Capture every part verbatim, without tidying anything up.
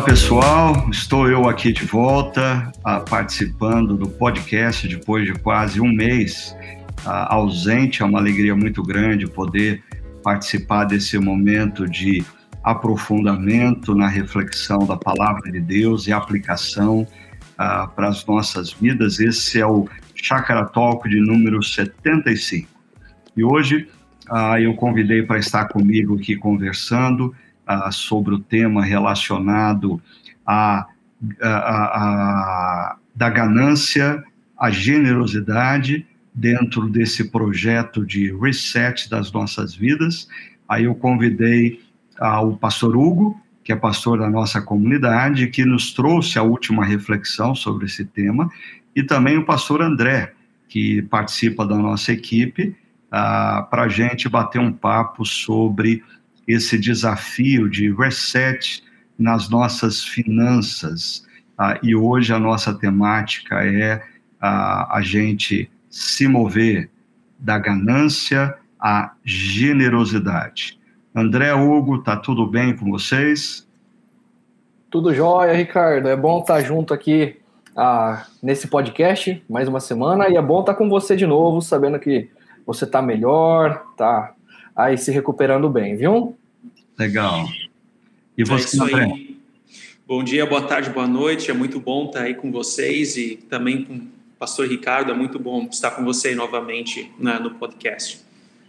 pessoal, estou eu aqui de volta, ah, participando do podcast depois de quase um mês ah, ausente. É uma alegria muito grande poder participar desse momento de aprofundamento na reflexão da Palavra de Deus e aplicação ah, para as nossas vidas. Esse é o Chácara Talk de número setenta e cinco. E hoje ah, eu convidei para estar comigo aqui conversando ah, sobre o tema relacionado a, a, a, a, da ganância à generosidade dentro desse projeto de reset das nossas vidas. Aí eu convidei ah, o pastor Hugo, que é pastor da nossa comunidade, que nos trouxe a última reflexão sobre esse tema, e também o pastor André, que participa da nossa equipe, ah, para a gente bater um papo sobre esse desafio de reset nas nossas finanças. Ah, e hoje a nossa temática é ah, a gente se mover da ganância à generosidade. André, Hugo, tá tudo bem com vocês? Tudo jóia, Ricardo. É bom estar junto aqui ah, nesse podcast, mais uma semana, e é bom estar com você de novo, sabendo que você está melhor, tá aí se recuperando bem, viu? Legal. E você, é André? Aí. Bom dia, boa tarde, boa noite. É muito bom estar aí com vocês e também com o pastor Ricardo. É muito bom estar com você novamente na, no podcast.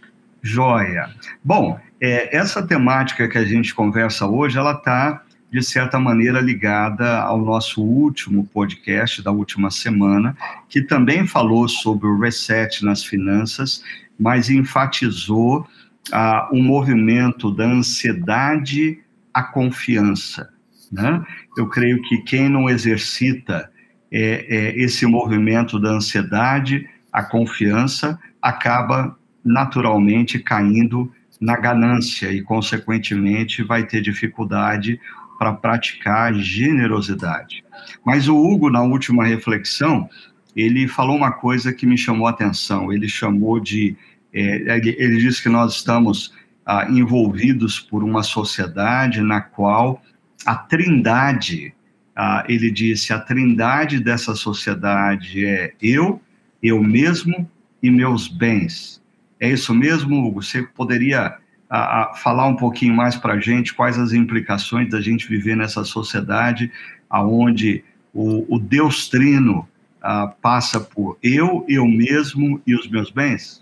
Joia. Bom, é, essa temática que a gente conversa hoje, ela está, de certa maneira, ligada ao nosso último podcast da última semana, que também falou sobre o reset nas finanças, mas enfatizou ah, um movimento da ansiedade à confiança, né? Eu creio que quem não exercita é, é, esse movimento da ansiedade à confiança acaba naturalmente caindo na ganância e, consequentemente, vai ter dificuldade para praticar generosidade. Mas o Hugo, na última reflexão, ele falou uma coisa que me chamou a atenção. Ele chamou de... É, ele, ele disse que nós estamos ah, envolvidos por uma sociedade na qual a trindade, ah, ele disse, a trindade dessa sociedade é eu, eu mesmo e meus bens. É isso mesmo, Hugo? Você poderia ah, falar um pouquinho mais para a gente quais as implicações da gente viver nessa sociedade onde o, o Deus Trino ah, passa por eu, eu mesmo e os meus bens?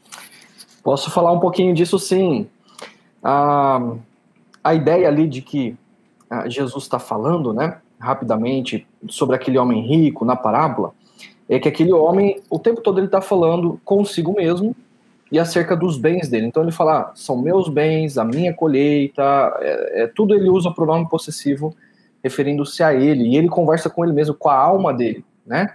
Posso falar um pouquinho disso, sim. Ah, a ideia ali de que ah, Jesus está falando, né, rapidamente, sobre aquele homem rico na parábola, é que aquele homem, o tempo todo ele está falando consigo mesmo e acerca dos bens dele. Então ele fala, ah, são meus bens, a minha colheita, é, é, tudo ele usa o pronome possessivo referindo-se a ele, e ele conversa com ele mesmo, com a alma dele, né?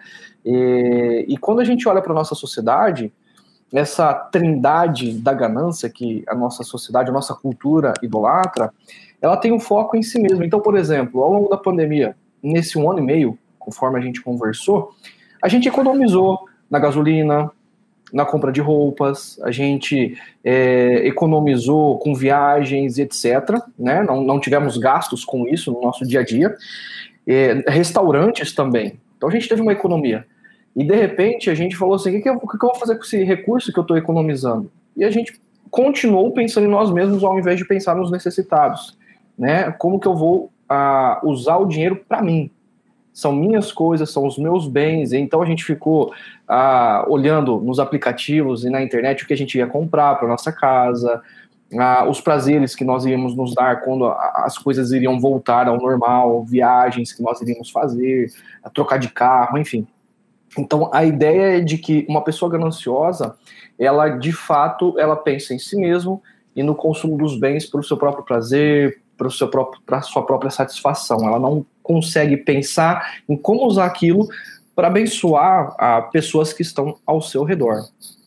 E, e quando a gente olha para a nossa sociedade, essa trindade da ganância que a nossa sociedade, a nossa cultura idolatra, ela tem um foco em si mesma. Então, por exemplo, ao longo da pandemia, nesse um ano e meio, conforme a gente conversou, a gente economizou na gasolina, na compra de roupas, a gente é, economizou com viagens, etcétera, né? Não, não tivemos gastos com isso no nosso dia a dia. É, restaurantes também. Então a gente teve uma economia. E de repente a gente falou assim, o que, que, eu, o que, que eu vou fazer com esse recurso que eu estou economizando? E a gente continuou pensando em nós mesmos ao invés de pensar nos necessitados, né? Como que eu vou ah, usar o dinheiro para mim? São minhas coisas, são os meus bens. Então a gente ficou ah, olhando nos aplicativos e na internet o que a gente ia comprar para nossa casa, ah, os prazeres que nós íamos nos dar quando as coisas iriam voltar ao normal, viagens que nós iríamos fazer, trocar de carro, enfim. Então a ideia é de que uma pessoa gananciosa, ela de fato, ela pensa em si mesmo e no consumo dos bens para o seu próprio prazer, para o seu próprio, para a sua própria satisfação. Ela não consegue pensar em como usar aquilo para abençoar a pessoas que estão ao seu redor.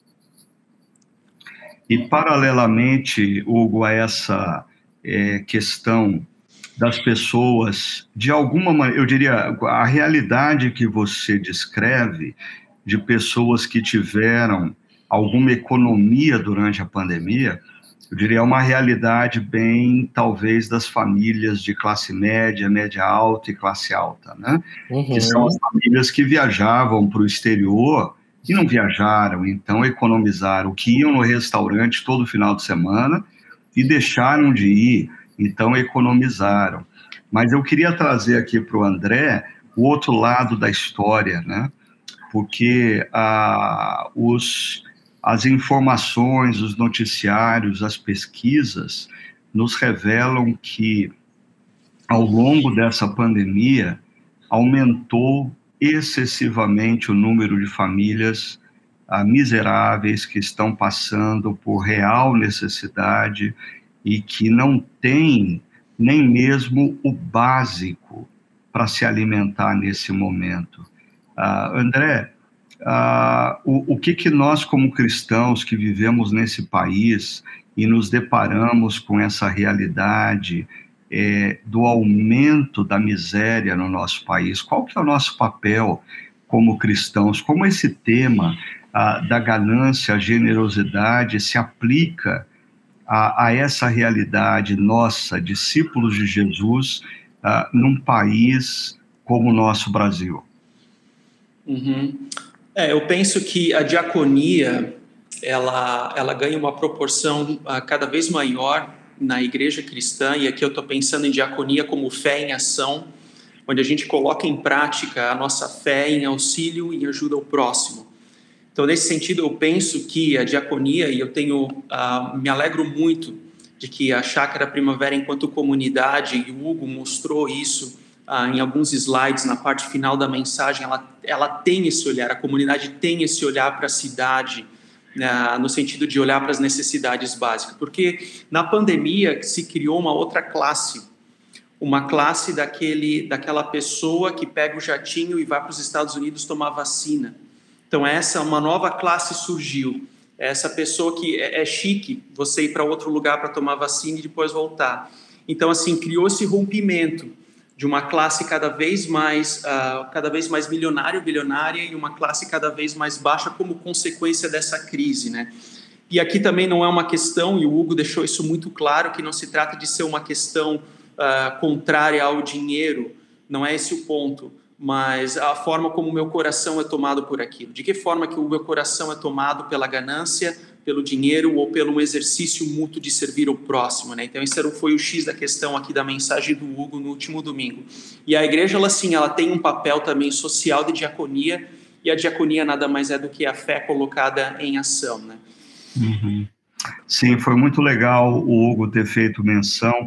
E paralelamente, Hugo, a essa é, questão das pessoas, de alguma maneira, eu diria, a realidade que você descreve de pessoas que tiveram alguma economia durante a pandemia, eu diria, uma realidade bem, talvez, das famílias de classe média, média alta e classe alta, né? Uhum. Que são as famílias que viajavam para o exterior e não viajaram, então economizaram, que iam no restaurante todo final de semana e deixaram de ir, então economizaram. Mas eu queria trazer aqui para o André o outro lado da história, né? Porque ah, os... as informações, os noticiários, as pesquisas nos revelam que, ao longo dessa pandemia, aumentou excessivamente o número de famílias ah, miseráveis que estão passando por real necessidade e que não têm nem mesmo o básico para se alimentar nesse momento. Ah, André, Uh, o, o que que nós, como cristãos que vivemos nesse país e nos deparamos com essa realidade é, do aumento da miséria no nosso país, qual que é o nosso papel como cristãos? Como esse tema uh, da ganância, a generosidade se aplica a, a essa realidade nossa, discípulos de Jesus, uh, num país como o nosso Brasil? Uhum. É, eu penso que a diaconia, ela, ela ganha uma proporção uh, cada vez maior na igreja cristã, e aqui eu estou pensando em diaconia como fé em ação, onde a gente coloca em prática a nossa fé em auxílio e ajuda ao próximo. Então, nesse sentido, eu penso que a diaconia, e eu tenho, uh, me alegro muito de que a Chácara Primavera, enquanto comunidade, e o Hugo mostrou isso, Ah, em alguns slides, na parte final da mensagem, ela, ela tem esse olhar, a comunidade tem esse olhar para a cidade, né, no sentido de olhar para as necessidades básicas, porque na pandemia se criou uma outra classe, uma classe daquele, daquela pessoa que pega o jatinho e vai para os Estados Unidos tomar vacina. Então essa, uma nova classe surgiu, essa pessoa que é, é chique, você ir para outro lugar para tomar vacina e depois voltar. Então assim, criou esse rompimento de uma classe cada vez mais, uh, cada vez mais milionária ou bilionária e uma classe cada vez mais baixa como consequência dessa crise, né? E aqui também não é uma questão, e o Hugo deixou isso muito claro, que não se trata de ser uma questão uh, contrária ao dinheiro, não é esse o ponto, mas a forma como o meu coração é tomado por aquilo. De que forma que o meu coração é tomado pela ganância, pelo dinheiro ou pelo exercício mútuo de servir ao próximo, né? Então esse foi o X da questão aqui da mensagem do Hugo no último domingo. E a igreja, ela sim, ela tem um papel também social de diaconia, e a diaconia nada mais é do que a fé colocada em ação, né? Uhum. Sim, foi muito legal o Hugo ter feito menção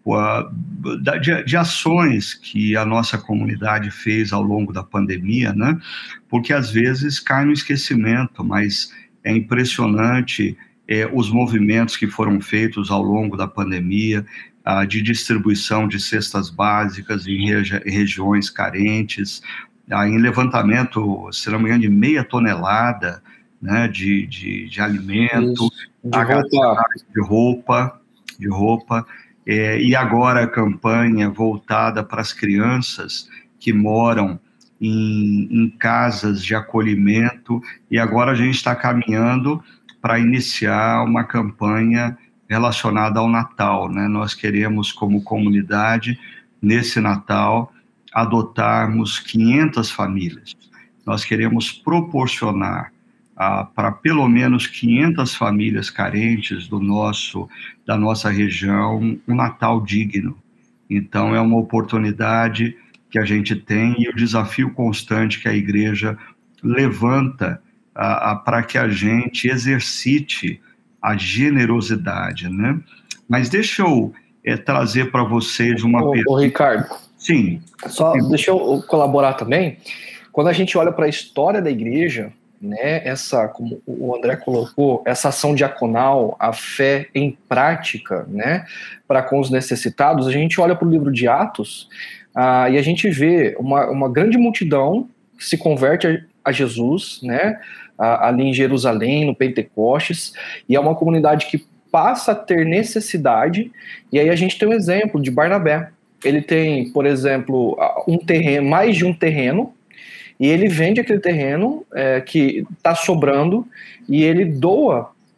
de, de ações que a nossa comunidade fez ao longo da pandemia, né? Porque às vezes cai no esquecimento, mas é impressionante é, os movimentos que foram feitos ao longo da pandemia, ah, de distribuição de cestas básicas em regi regiões carentes, ah, em levantamento, se não me engano, de meia tonelada, né, de, de, de alimento, de roupa, de roupa, de roupa é, e agora a campanha voltada para as crianças que moram Em, em casas de acolhimento, e agora a gente está caminhando para iniciar uma campanha relacionada ao Natal, né? Nós queremos, como comunidade, nesse Natal, adotarmos quinhentas famílias. Nós queremos proporcionar ah, para pelo menos quinhentas famílias carentes do nosso, da nossa região um Natal digno. Então, é uma oportunidade que a gente tem e o desafio constante que a igreja levanta ah, ah, para que a gente exercite a generosidade, né? Mas deixa eu é, trazer para vocês uma... Ô, ô, Ricardo. Sim. Só Sim. Deixa eu colaborar também. Quando a gente olha para a história da igreja, né, essa, como o André colocou, essa ação diaconal, a fé em prática, né, para com os necessitados, a gente olha para o livro de Atos, ah, e a gente vê uma, uma grande multidão que se converte a, a Jesus, né, ah, ali em Jerusalém, no Pentecostes, e é uma comunidade que passa a ter necessidade, e aí a gente tem um exemplo de Barnabé. Ele tem, por exemplo, um terreno, mais de um terreno, e ele vende aquele terreno é, que está sobrando, e ele doa para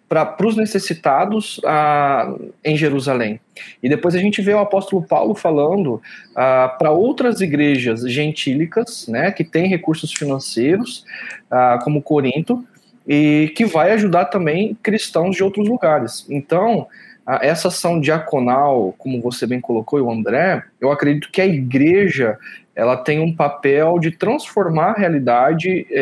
para os necessitados ah, em Jerusalém. E depois a gente vê o apóstolo Paulo falando ah, para outras igrejas gentílicas, né, que têm recursos financeiros, ah, como Corinto, e que vai ajudar também cristãos de outros lugares. Então, ah, essa ação diaconal, como você bem colocou, e o André, eu acredito que a igreja ela tem um papel de transformar a realidade é,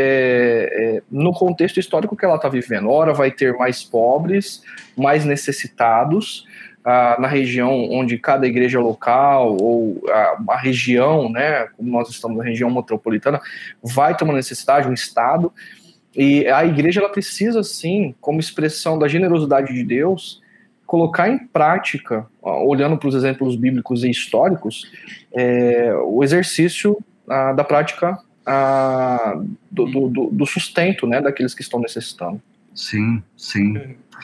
é, no contexto histórico que ela está vivendo. Ora vai ter mais pobres, mais necessitados, ah, na região onde cada igreja local, ou a, a região, né, como nós estamos na região metropolitana, vai ter uma necessidade, um estado, e a igreja ela precisa, sim, como expressão da generosidade de Deus, colocar em prática, olhando para os exemplos bíblicos e históricos, é, o exercício ah, da prática ah, do, do, do sustento, né, daqueles que estão necessitando. Sim, sim.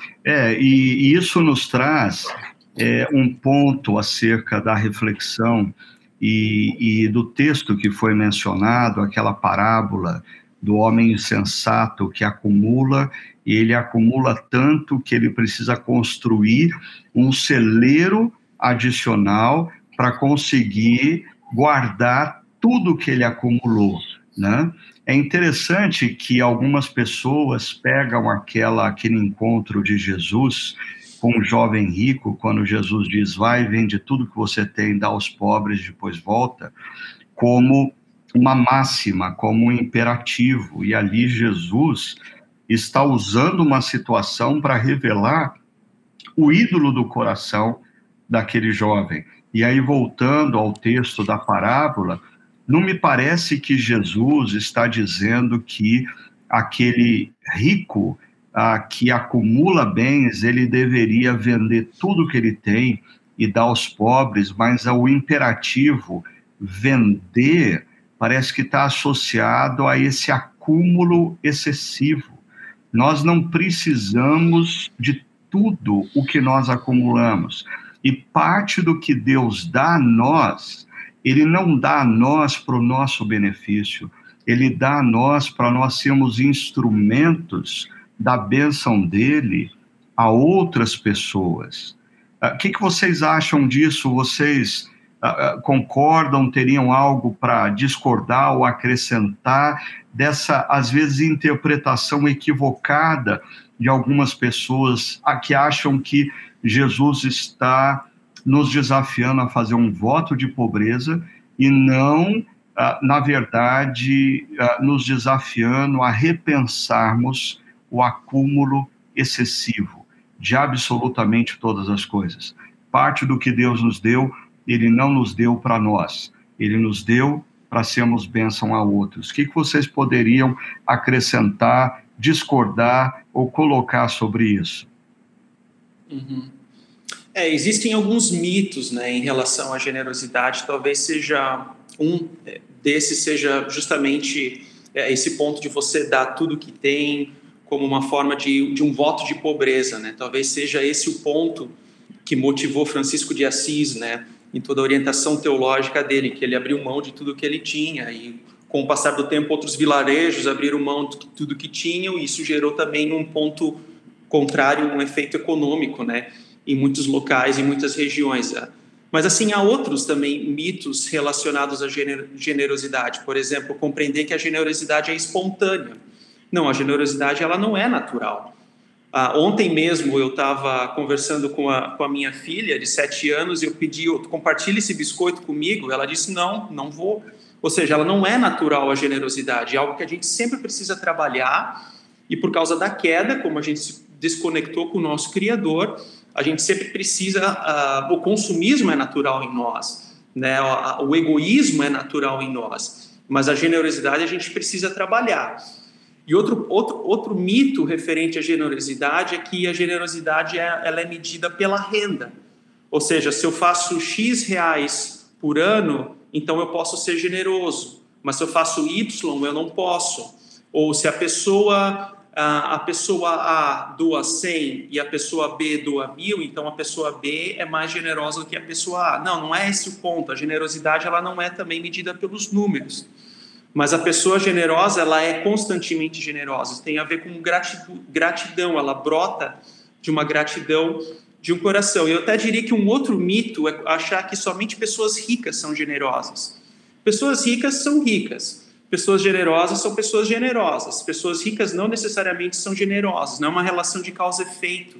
É, e, e isso nos traz é, um ponto acerca da reflexão e, e do texto que foi mencionado, aquela parábola do homem insensato que acumula, e ele acumula tanto que ele precisa construir um celeiro adicional para conseguir guardar tudo que ele acumulou, né? É interessante que algumas pessoas pegam aquela, aquele encontro de Jesus com o jovem rico, quando Jesus diz, vai, vende tudo que você tem, dá aos pobres, depois volta, como uma máxima, como um imperativo, e ali Jesus está usando uma situação para revelar o ídolo do coração daquele jovem. E aí, voltando ao texto da parábola, não me parece que Jesus está dizendo que aquele rico ah, que acumula bens, ele deveria vender tudo que ele tem e dar aos pobres, mas o imperativo vender parece que está associado a esse acúmulo excessivo. Nós não precisamos de tudo o que nós acumulamos. E parte do que Deus dá a nós, Ele não dá a nós para o nosso benefício, Ele dá a nós para nós sermos instrumentos da bênção dEle a outras pessoas. O que, que vocês acham disso? Vocês uh, concordam, teriam algo para discordar ou acrescentar dessa, às vezes, interpretação equivocada de algumas pessoas que acham que Jesus está nos desafiando a fazer um voto de pobreza e não, na verdade, nos desafiando a repensarmos o acúmulo excessivo de absolutamente todas as coisas. Parte do que Deus nos deu, Ele não nos deu para nós, Ele nos deu para sermos bênção a outros. O que vocês poderiam acrescentar, discordar ou colocar sobre isso? Uhum. É, existem alguns mitos, né, em relação à generosidade. Talvez seja um desses seja justamente é, esse ponto de você dar tudo que tem como uma forma de, de um voto de pobreza, né? Talvez seja esse o ponto que motivou Francisco de Assis, né, em toda a orientação teológica dele, que ele abriu mão de tudo que ele tinha e, com o passar do tempo, outros vilarejos abriram mão de tudo que tinham, e isso gerou também um ponto contrário, um efeito econômico, né, em muitos locais, em muitas regiões. Mas, assim, há outros também mitos relacionados à generosidade. Por exemplo, compreender que a generosidade é espontânea. Não, a generosidade ela não é natural. Ah, ontem mesmo eu estava conversando com a, com a minha filha de sete anos e eu pedi, compartilhe esse biscoito comigo. Ela disse, não, não vou. Ou seja, ela não é natural a generosidade, é algo que a gente sempre precisa trabalhar, e por causa da queda, como a gente se desconectou com o nosso Criador, a gente sempre precisa, uh, o consumismo é natural em nós, né? o, o egoísmo é natural em nós, mas a generosidade a gente precisa trabalhar. E outro, outro, outro mito referente à generosidade é que a generosidade é, ela é medida pela renda, ou seja, se eu faço X reais por ano, então eu posso ser generoso, mas se eu faço Y, eu não posso. Ou se a pessoa... a pessoa A doa cem e a pessoa B doa mil, então a pessoa B é mais generosa do que a pessoa A. Não, não é esse o ponto. A generosidade ela não é também medida pelos números, Mas a pessoa generosa, ela é constantemente generosa. Isso tem a ver com gratidão, ela brota de uma gratidão de um coração. E eu até diria que um outro mito é achar que somente pessoas ricas são generosas. Pessoas ricas são ricas. Pessoas generosas são pessoas generosas. Pessoas ricas não necessariamente são generosas. Não é uma relação de causa e efeito.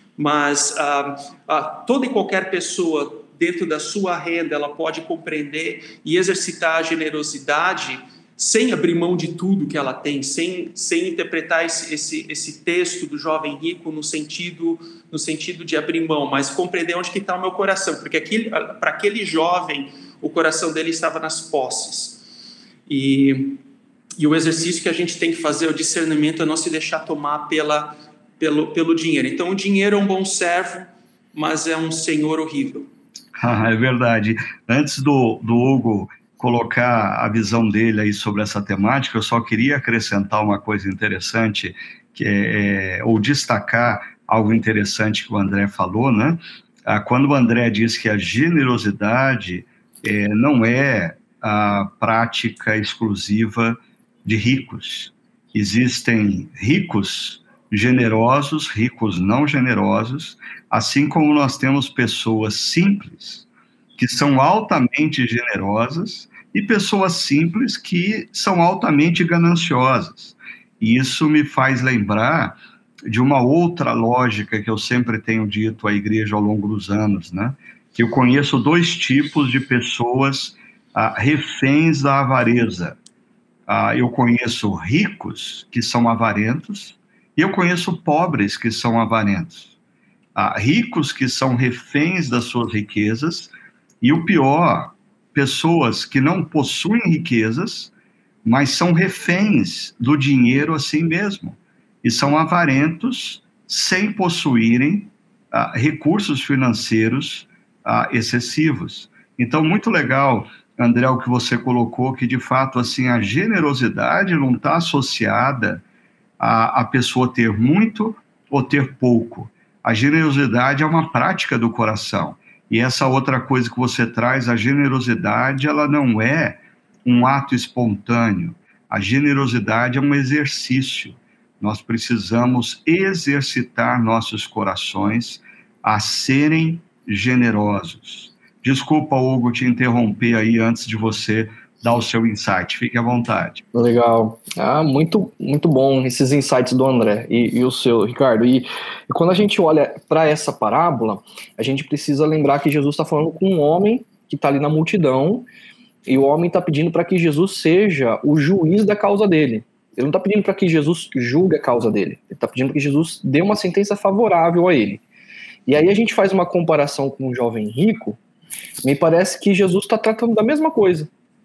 Mas ah, ah, toda e qualquer pessoa, dentro da sua renda, ela pode compreender e exercitar a generosidade sem abrir mão de tudo que ela tem, sem, sem interpretar esse, esse, esse texto do jovem rico no sentido, no sentido de abrir mão, mas compreender onde que está o meu coração, porque para aquele jovem, o coração dele estava nas posses. E, e o exercício que a gente tem que fazer, o discernimento, é não se deixar tomar pela, pelo, pelo dinheiro. Então, o dinheiro é um bom servo, mas é um senhor horrível. Ah, é verdade. Antes do, do Hugo colocar a visão dele aí sobre essa temática, eu só queria acrescentar uma coisa interessante, que é, é, ou destacar algo interessante que o André falou, né? Ah, quando o André diz que a generosidade é, não é a prática exclusiva de ricos. Existem ricos generosos, ricos não generosos, assim como nós temos pessoas simples, que são altamente generosas, e pessoas simples que são altamente gananciosas. E isso me faz lembrar de uma outra lógica que eu sempre tenho dito à igreja ao longo dos anos, né? Que eu conheço dois tipos de pessoas ah, reféns da avareza. Ah, eu conheço ricos que são avarentos, e eu conheço pobres que são avarentos. Ah, ricos que são reféns das suas riquezas, e o pior, pessoas que não possuem riquezas, mas são reféns do dinheiro assim mesmo, e são avarentos sem possuírem ah, recursos financeiros ah, excessivos. Então, muito legal, André, o que você colocou, que de fato assim, a generosidade não está associada a, a pessoa ter muito ou ter pouco. A generosidade é uma prática do coração. E essa outra coisa que você traz, a generosidade, ela não é um ato espontâneo. A generosidade é um exercício. Nós precisamos exercitar nossos corações a serem generosos. Desculpa, Hugo, te interromper aí antes de você dar o seu insight. Fique à vontade. Legal. Ah, muito, muito bom esses insights do André e, e o seu, Ricardo. E, e quando a gente olha para essa parábola, a gente precisa lembrar que Jesus está falando com um homem que está ali na multidão, e o homem está pedindo para que Jesus seja o juiz da causa dele. Ele não está pedindo para que Jesus julgue a causa dele. Ele está pedindo para que Jesus dê uma sentença favorável a ele. E aí a gente faz uma comparação com um jovem rico, me parece que Jesus está tratando da mesma coisa.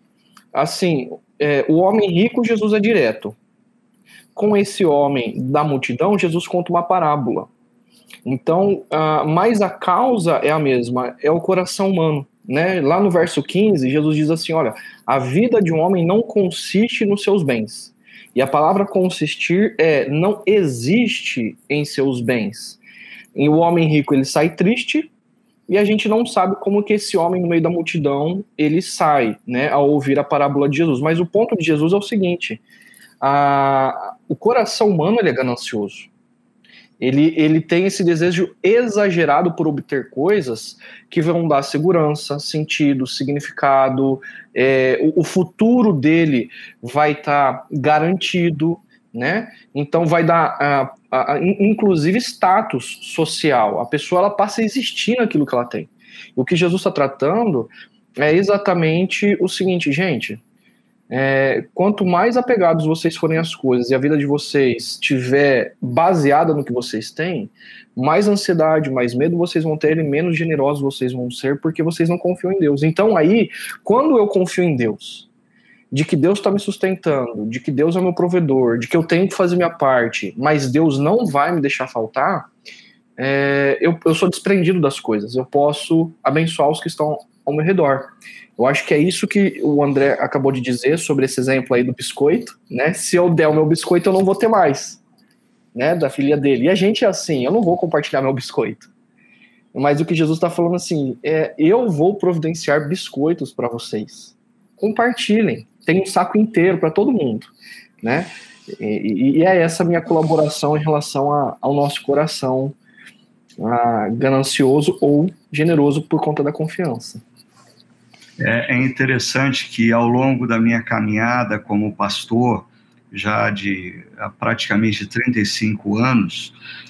Assim, é, o homem rico, Jesus é direto. Com esse homem da multidão, Jesus conta uma parábola. Então, uh, mas a causa é a mesma, é o coração humano. Né? Lá no verso quinze, Jesus diz assim, olha, a vida de um homem não consiste nos seus bens. E a palavra consistir é, não existe em seus bens. E o homem rico, ele sai triste, e a gente não sabe como que esse homem no meio da multidão, ele sai, né, ao ouvir a parábola de Jesus. Mas o ponto de Jesus é o seguinte, a, o coração humano, ele é ganancioso. Ele, ele tem esse desejo exagerado por obter coisas que vão dar segurança, sentido, significado, é, o, o futuro dele vai estar tá garantido, né? Então vai dar, a, a, a, inclusive, status social. A pessoa ela passa a existir naquilo que ela tem. O que Jesus está tratando é exatamente o seguinte, gente... É, quanto mais apegados vocês forem às coisas e a vida de vocês estiver baseada no que vocês têm, mais ansiedade, mais medo vocês vão ter e menos generosos vocês vão ser, porque vocês não confiam em Deus. Então aí, quando eu confio em Deus, de que Deus está me sustentando, de que Deus é meu provedor, de que eu tenho que fazer minha parte, mas Deus não vai me deixar faltar, é, eu, eu sou desprendido das coisas, eu posso abençoar os que estão ao meu redor. Eu acho que é isso que o André acabou de dizer sobre esse exemplo aí do biscoito, né? Se eu der o meu biscoito, eu não vou ter mais, né? Da filha dele. E a gente é assim, eu não vou compartilhar meu biscoito. Mas o que Jesus está falando assim, é, eu vou providenciar biscoitos para vocês. Compartilhem, tem um saco inteiro para todo mundo, né? E, e é essa minha colaboração em relação a, ao nosso coração a, ganancioso ou generoso por conta da confiança. É, é interessante que ao longo da minha caminhada como pastor, já de há praticamente trinta e cinco anos,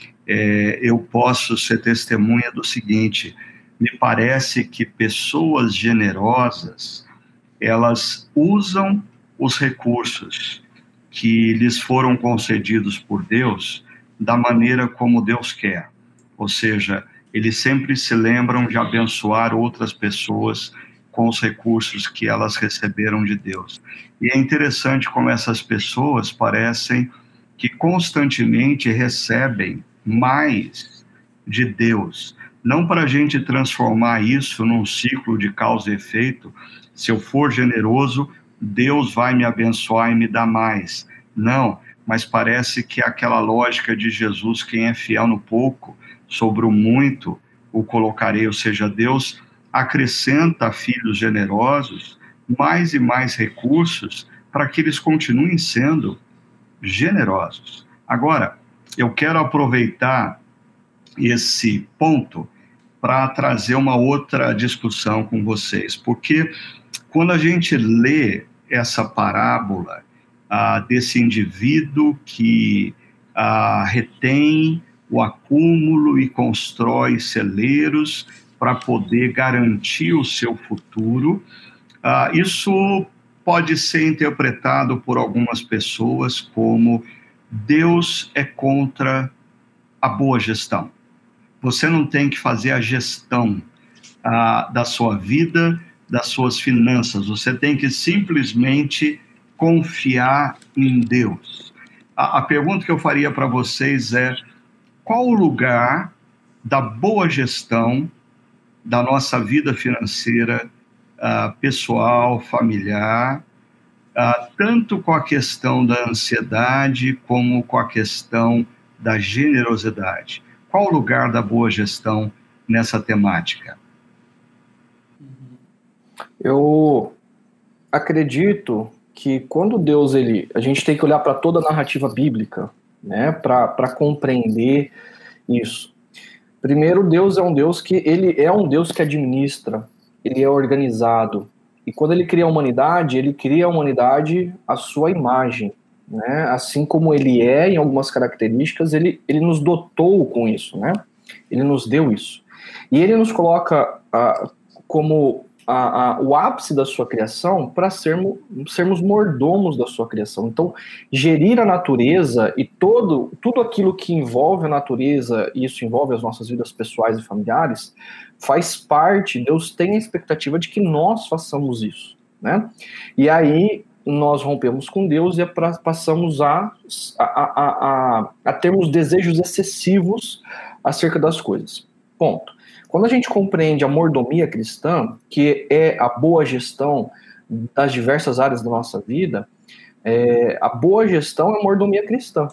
é, eu posso ser testemunha do seguinte: me parece que pessoas generosas, elas usam os recursos que lhes foram concedidos por Deus da maneira como Deus quer. Ou seja, eles sempre se lembram de abençoar outras pessoas com os recursos que elas receberam de Deus. E é interessante como essas pessoas parecem que constantemente recebem mais de Deus. Não para a gente transformar isso num ciclo de causa e efeito. Se eu for generoso, Deus vai me abençoar e me dar mais. Não, mas parece que aquela lógica de Jesus, quem é fiel no pouco, sobre o muito o colocarei, ou seja, Deus acrescenta a filhos generosos mais e mais recursos para que eles continuem sendo generosos. Agora, eu quero aproveitar esse ponto para trazer uma outra discussão com vocês, porque quando a gente lê essa parábola ah, desse indivíduo que ah, retém o acúmulo e constrói celeiros para poder garantir o seu futuro, ah, isso pode ser interpretado por algumas pessoas como Deus é contra a boa gestão. Você não tem que fazer a gestão ah, da sua vida, das suas finanças. Você tem que simplesmente confiar em Deus. A, a pergunta que eu faria para vocês é: qual o lugar da boa gestão da nossa vida financeira, ah, pessoal, familiar, ah, tanto com a questão da ansiedade como com a questão da generosidade? Qual o lugar da boa gestão nessa temática? Eu acredito que quando Deus, ele, a gente tem que olhar para toda a narrativa bíblica, né, para compreender isso. Primeiro, Deus é um Deus que ele é um Deus que administra, ele é organizado. E quando ele cria a humanidade, ele cria a humanidade à sua imagem, né? Assim como ele é em algumas características, ele, ele nos dotou com isso, né? Ele nos deu isso. E ele nos coloca ah, como a, a, o ápice da sua criação para sermos, sermos mordomos da sua criação. Então, gerir a natureza e todo, tudo aquilo que envolve a natureza, e isso envolve as nossas vidas pessoais e familiares, faz parte, Deus tem a expectativa de que nós façamos isso, né? E aí nós rompemos com Deus e passamos a, a, a, a, a termos desejos excessivos acerca das coisas. Ponto. Quando a gente compreende a mordomia cristã, que é a boa gestão das diversas áreas da nossa vida, é, a boa gestão é a mordomia cristã.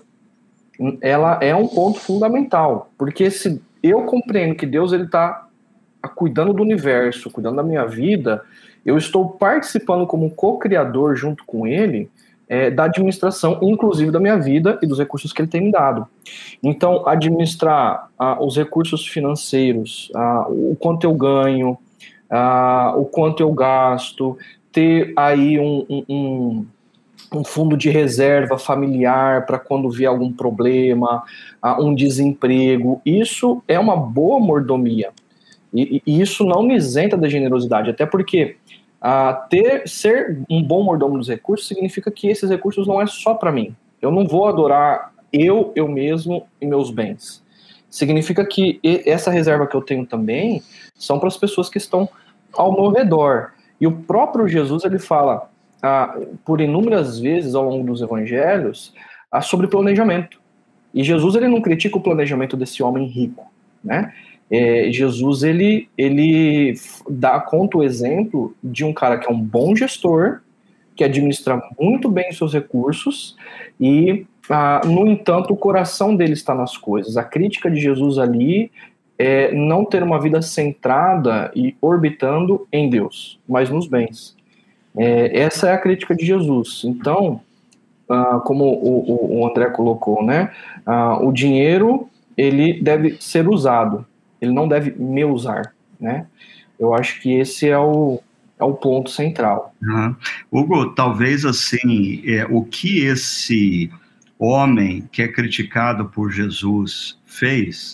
Ela é um ponto fundamental, porque se eu compreendo que Deus ele está cuidando do universo, cuidando da minha vida, eu estou participando como co-criador junto com ele é, da administração, inclusive da minha vida e dos recursos que ele tem me dado. Então, administrar ah, os recursos financeiros, ah, o quanto eu ganho, ah, o quanto eu gasto, ter aí um, um, um fundo de reserva familiar para quando vier algum problema, ah, um desemprego, isso é uma boa mordomia. E, e isso não me isenta da generosidade, até porque uh, ter, ser um bom mordomo dos recursos significa que esses recursos não é só para mim. Eu não vou adorar eu, eu mesmo e meus bens. Significa que essa reserva que eu tenho também são para as pessoas que estão ao meu redor. E o próprio Jesus, ele fala uh, por inúmeras vezes ao longo dos evangelhos uh, sobre planejamento. E Jesus, ele não critica o planejamento desse homem rico, né? É, Jesus, ele, ele dá, conta o exemplo de um cara que é um bom gestor, que administra muito bem os seus recursos, e, ah, no entanto, o coração dele está nas coisas. A crítica de Jesus ali é não ter uma vida centrada e orbitando em Deus, mas nos bens. É, essa é a crítica de Jesus. Então, ah, como o, o André colocou, né, ah, o dinheiro, ele deve ser usado, ele não deve me usar, né? Eu acho que esse é o, é o ponto central. Uhum. Hugo, talvez assim, é, o que esse homem que é criticado por Jesus fez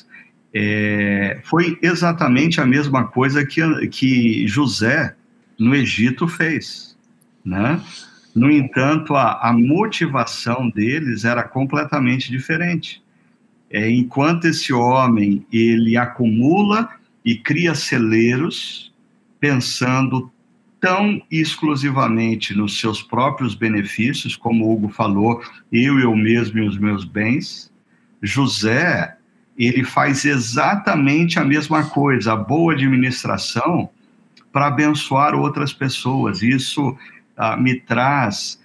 é, foi exatamente a mesma coisa que, que José no Egito fez, né? No entanto, a, a motivação deles era completamente diferente. É, enquanto esse homem, ele acumula e cria celeiros, pensando tão exclusivamente nos seus próprios benefícios, como o Hugo falou, eu, eu mesmo e os meus bens. José, ele faz exatamente a mesma coisa, a boa administração para abençoar outras pessoas. Isso ah, me traz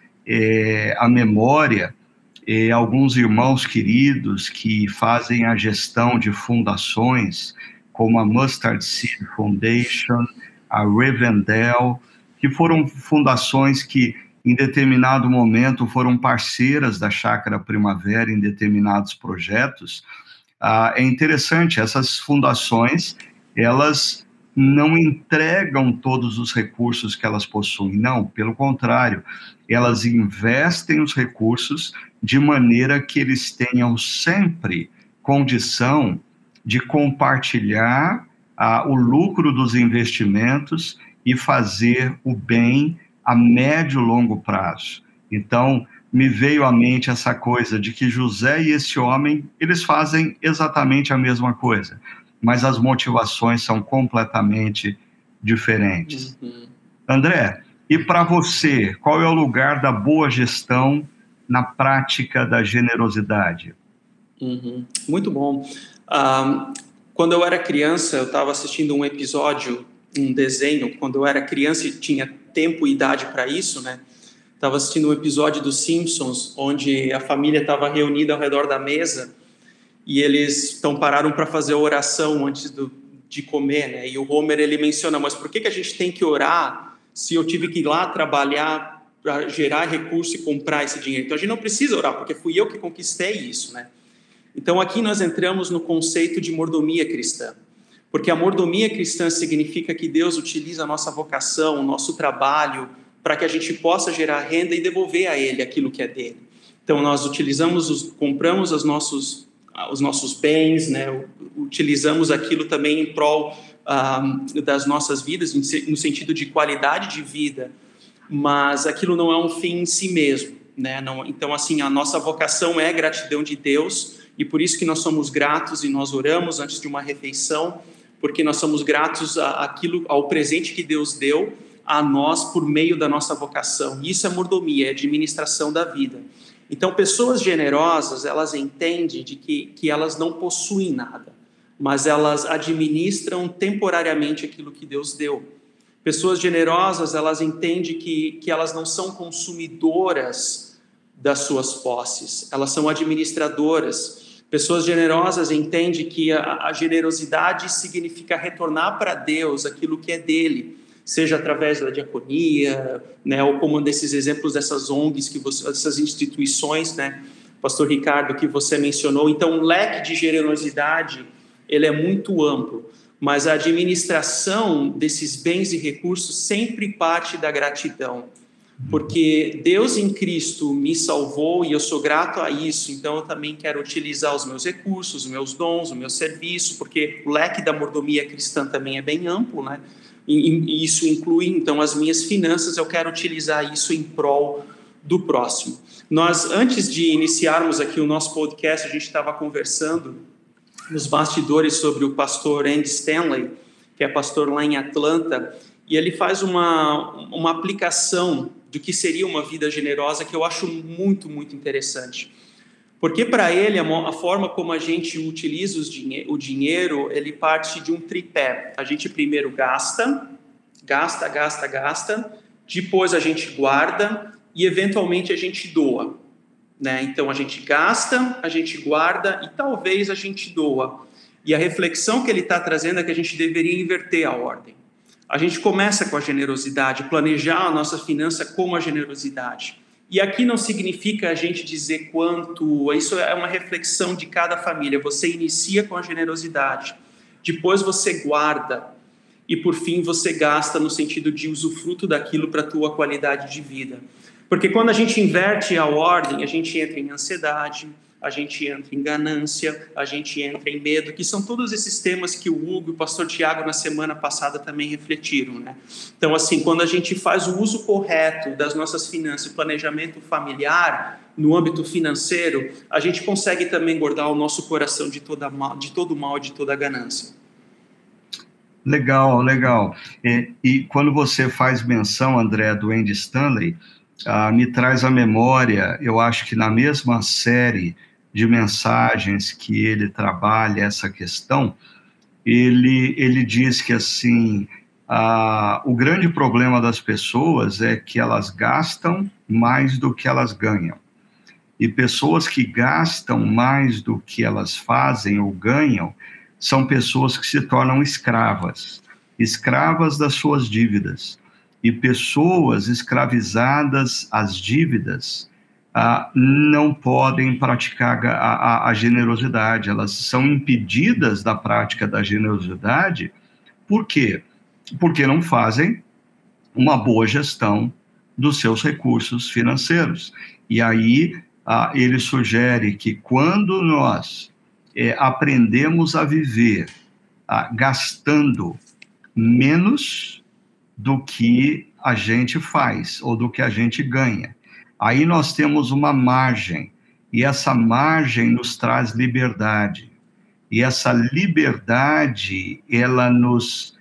é, a memória é, alguns irmãos queridos que fazem a gestão de fundações, como a Mustard Seed Foundation, a Rivendell, que foram fundações que, em determinado momento, foram parceiras da Chácara Primavera em determinados projetos. Ah, é interessante, essas fundações, elas não entregam todos os recursos que elas possuem, não, pelo contrário, elas investem os recursos de maneira que eles tenham sempre condição de compartilhar ah, o lucro dos investimentos e fazer o bem a médio e longo prazo. Então, me veio à mente essa coisa de que José e esse homem, eles fazem exatamente a mesma coisa, mas as motivações são completamente diferentes. Uhum. André, e para você, qual é o lugar da boa gestão na prática da generosidade? Uhum. Muito bom. Um, quando eu era criança, eu estava assistindo um episódio, um desenho, quando eu era criança e tinha tempo e idade para isso, né? Estava assistindo um episódio dos Simpsons, onde a família estava reunida ao redor da mesa e eles então pararam para fazer a oração antes do, de comer, né? E o Homer, ele menciona, mas por que, que a gente tem que orar se eu tive que ir lá trabalhar para gerar recurso e comprar esse dinheiro? Então a gente não precisa orar, porque fui eu que conquistei isso, né? Então aqui nós entramos no conceito de mordomia cristã, porque a mordomia cristã significa que Deus utiliza a nossa vocação, o nosso trabalho, para que a gente possa gerar renda e devolver a Ele aquilo que é dele. Então nós utilizamos, os, compramos os nossos, os nossos bens, né? Utilizamos aquilo também em prol ah, das nossas vidas, no sentido de qualidade de vida, mas aquilo não é um fim em si mesmo, né? Não, então assim, a nossa vocação é gratidão de Deus, e por isso que nós somos gratos e nós oramos antes de uma refeição, porque nós somos gratos àquilo, ao presente que Deus deu a nós por meio da nossa vocação. Isso é mordomia, é administração da vida. Então, pessoas generosas, elas entendem de que, que elas não possuem nada, mas elas administram temporariamente aquilo que Deus deu. Pessoas generosas, elas entendem que, que elas não são consumidoras das suas posses, elas são administradoras. Pessoas generosas entendem que a, a generosidade significa retornar para Deus aquilo que é dele, seja através da diaconia, né, ou como desses exemplos dessas O N Gs, que você, essas instituições, né, Pastor Ricardo, que você mencionou. Então, o leque de generosidade, ele é muito amplo, mas a administração desses bens e recursos sempre parte da gratidão, porque Deus em Cristo me salvou e eu sou grato a isso, então eu também quero utilizar os meus recursos, os meus dons, o meu serviço, porque o leque da mordomia cristã também é bem amplo, né? E isso inclui, então, as minhas finanças, eu quero utilizar isso em prol do próximo. Nós, antes de iniciarmos aqui o nosso podcast, a gente estava conversando nos bastidores sobre o pastor Andy Stanley, que é pastor lá em Atlanta, e ele faz uma, uma aplicação do que seria uma vida generosa que eu acho muito, muito interessante. Porque para ele, a forma como a gente utiliza os dinhe- o dinheiro, ele parte de um tripé. A gente primeiro gasta, gasta, gasta, gasta, depois a gente guarda e eventualmente a gente doa, né? Então a gente gasta, a gente guarda e talvez a gente doa. E a reflexão que ele está trazendo é que a gente deveria inverter a ordem. A gente começa com a generosidade, planejar a nossa finança com a generosidade. E aqui não significa a gente dizer quanto, isso é uma reflexão de cada família. Você inicia com a generosidade, depois você guarda e por fim você gasta no sentido de usufruto daquilo para a tua qualidade de vida. Porque quando a gente inverte a ordem, a gente entra em ansiedade, a gente entra em ganância, a gente entra em medo, que são todos esses temas que o Hugo e o pastor Tiago na semana passada também refletiram, né? Então, assim, quando a gente faz o uso correto das nossas finanças, planejamento familiar, no âmbito financeiro, a gente consegue também guardar o nosso coração de, toda mal, de todo o mal, de toda a ganância. Legal, legal. E, e quando você faz menção, André, do Andy Stanley, ah, me traz à memória, eu acho que na mesma série de mensagens que ele trabalha essa questão, ele, ele diz que, assim, ah, o grande problema das pessoas é que elas gastam mais do que elas ganham. E pessoas que gastam mais do que elas fazem ou ganham são pessoas que se tornam escravas, escravas das suas dívidas. E pessoas escravizadas às dívidas ah, não podem praticar a, a, a generosidade, elas são impedidas da prática da generosidade. Por quê? Porque não fazem uma boa gestão dos seus recursos financeiros. E aí ah, ele sugere que quando nós é, aprendemos a viver ah, gastando menos do que a gente faz ou do que a gente ganha, aí nós temos uma margem, e essa margem nos traz liberdade. E essa liberdade, ela nos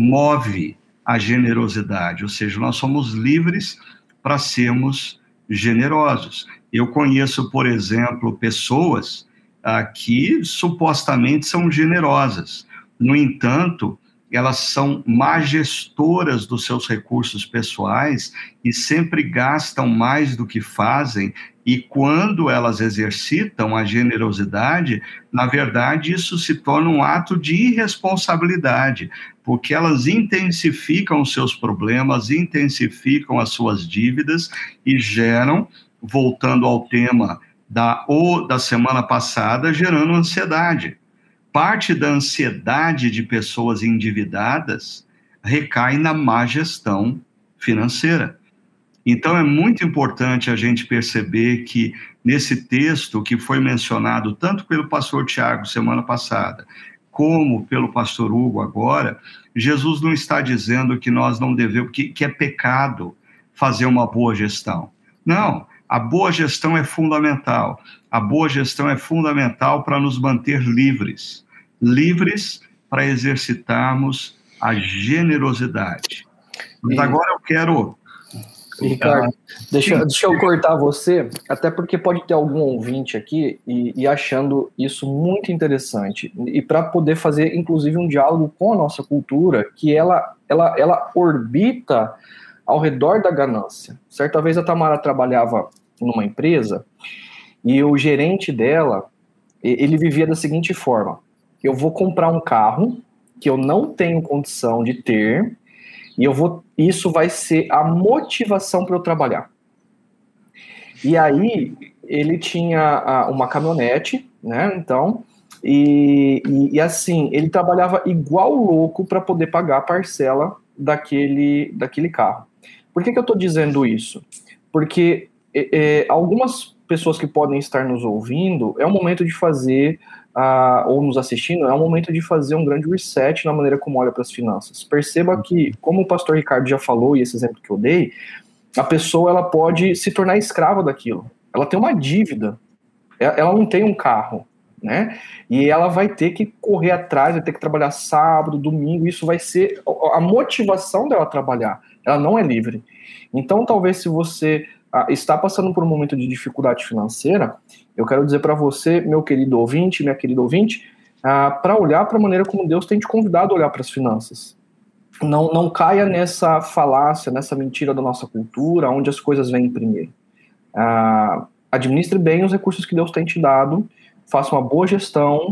move à generosidade, ou seja, nós somos livres para sermos generosos. Eu conheço, por exemplo, pessoas ah, que supostamente são generosas. No entanto, elas são má gestoras dos seus recursos pessoais e sempre gastam mais do que fazem, e quando elas exercitam a generosidade, na verdade, isso se torna um ato de irresponsabilidade, porque elas intensificam os seus problemas, intensificam as suas dívidas e geram, voltando ao tema da, ou da semana passada, gerando ansiedade. Parte da ansiedade de pessoas endividadas recai na má gestão financeira. Então, é muito importante a gente perceber que, nesse texto que foi mencionado tanto pelo pastor Tiago semana passada, como pelo pastor Hugo agora, Jesus não está dizendo que nós não devemos, que, que é pecado fazer uma boa gestão. Não, a boa gestão é fundamental. A boa gestão é fundamental para nos manter livres, livres para exercitarmos a generosidade. Mas e... agora eu quero... Ricardo, ah, deixa, deixa eu cortar você, até porque pode ter algum ouvinte aqui e, e achando isso muito interessante, e para poder fazer, inclusive, um diálogo com a nossa cultura, que ela, ela, ela orbita ao redor da ganância. Certa vez a Tamara trabalhava numa empresa e o gerente dela, ele vivia da seguinte forma: eu vou comprar um carro que eu não tenho condição de ter, e eu vou, isso vai ser a motivação para eu trabalhar. E aí, ele tinha uma caminhonete, né, então, e, e, e assim, ele trabalhava igual louco para poder pagar a parcela daquele, daquele carro. Por que que eu estou dizendo isso? Porque é, algumas pessoas que podem estar nos ouvindo, é o momento de fazer... Uh, ou nos assistindo, é um momento de fazer um grande reset na maneira como olha para as finanças. Perceba que, como o pastor Ricardo já falou, e esse exemplo que eu dei, a pessoa ela pode se tornar escrava daquilo. Ela tem uma dívida, ela não tem um carro, né? E ela vai ter que correr atrás, vai ter que trabalhar sábado, domingo, isso vai ser a motivação dela trabalhar. Ela não é livre. Então, talvez se você uh, está passando por um momento de dificuldade financeira, eu quero dizer para você, meu querido ouvinte, minha querida ouvinte, ah, para olhar para a maneira como Deus tem te convidado a olhar para as finanças. Não, não caia nessa falácia, nessa mentira da nossa cultura, onde as coisas vêm primeiro. Ah, administre bem os recursos que Deus tem te dado, faça uma boa gestão,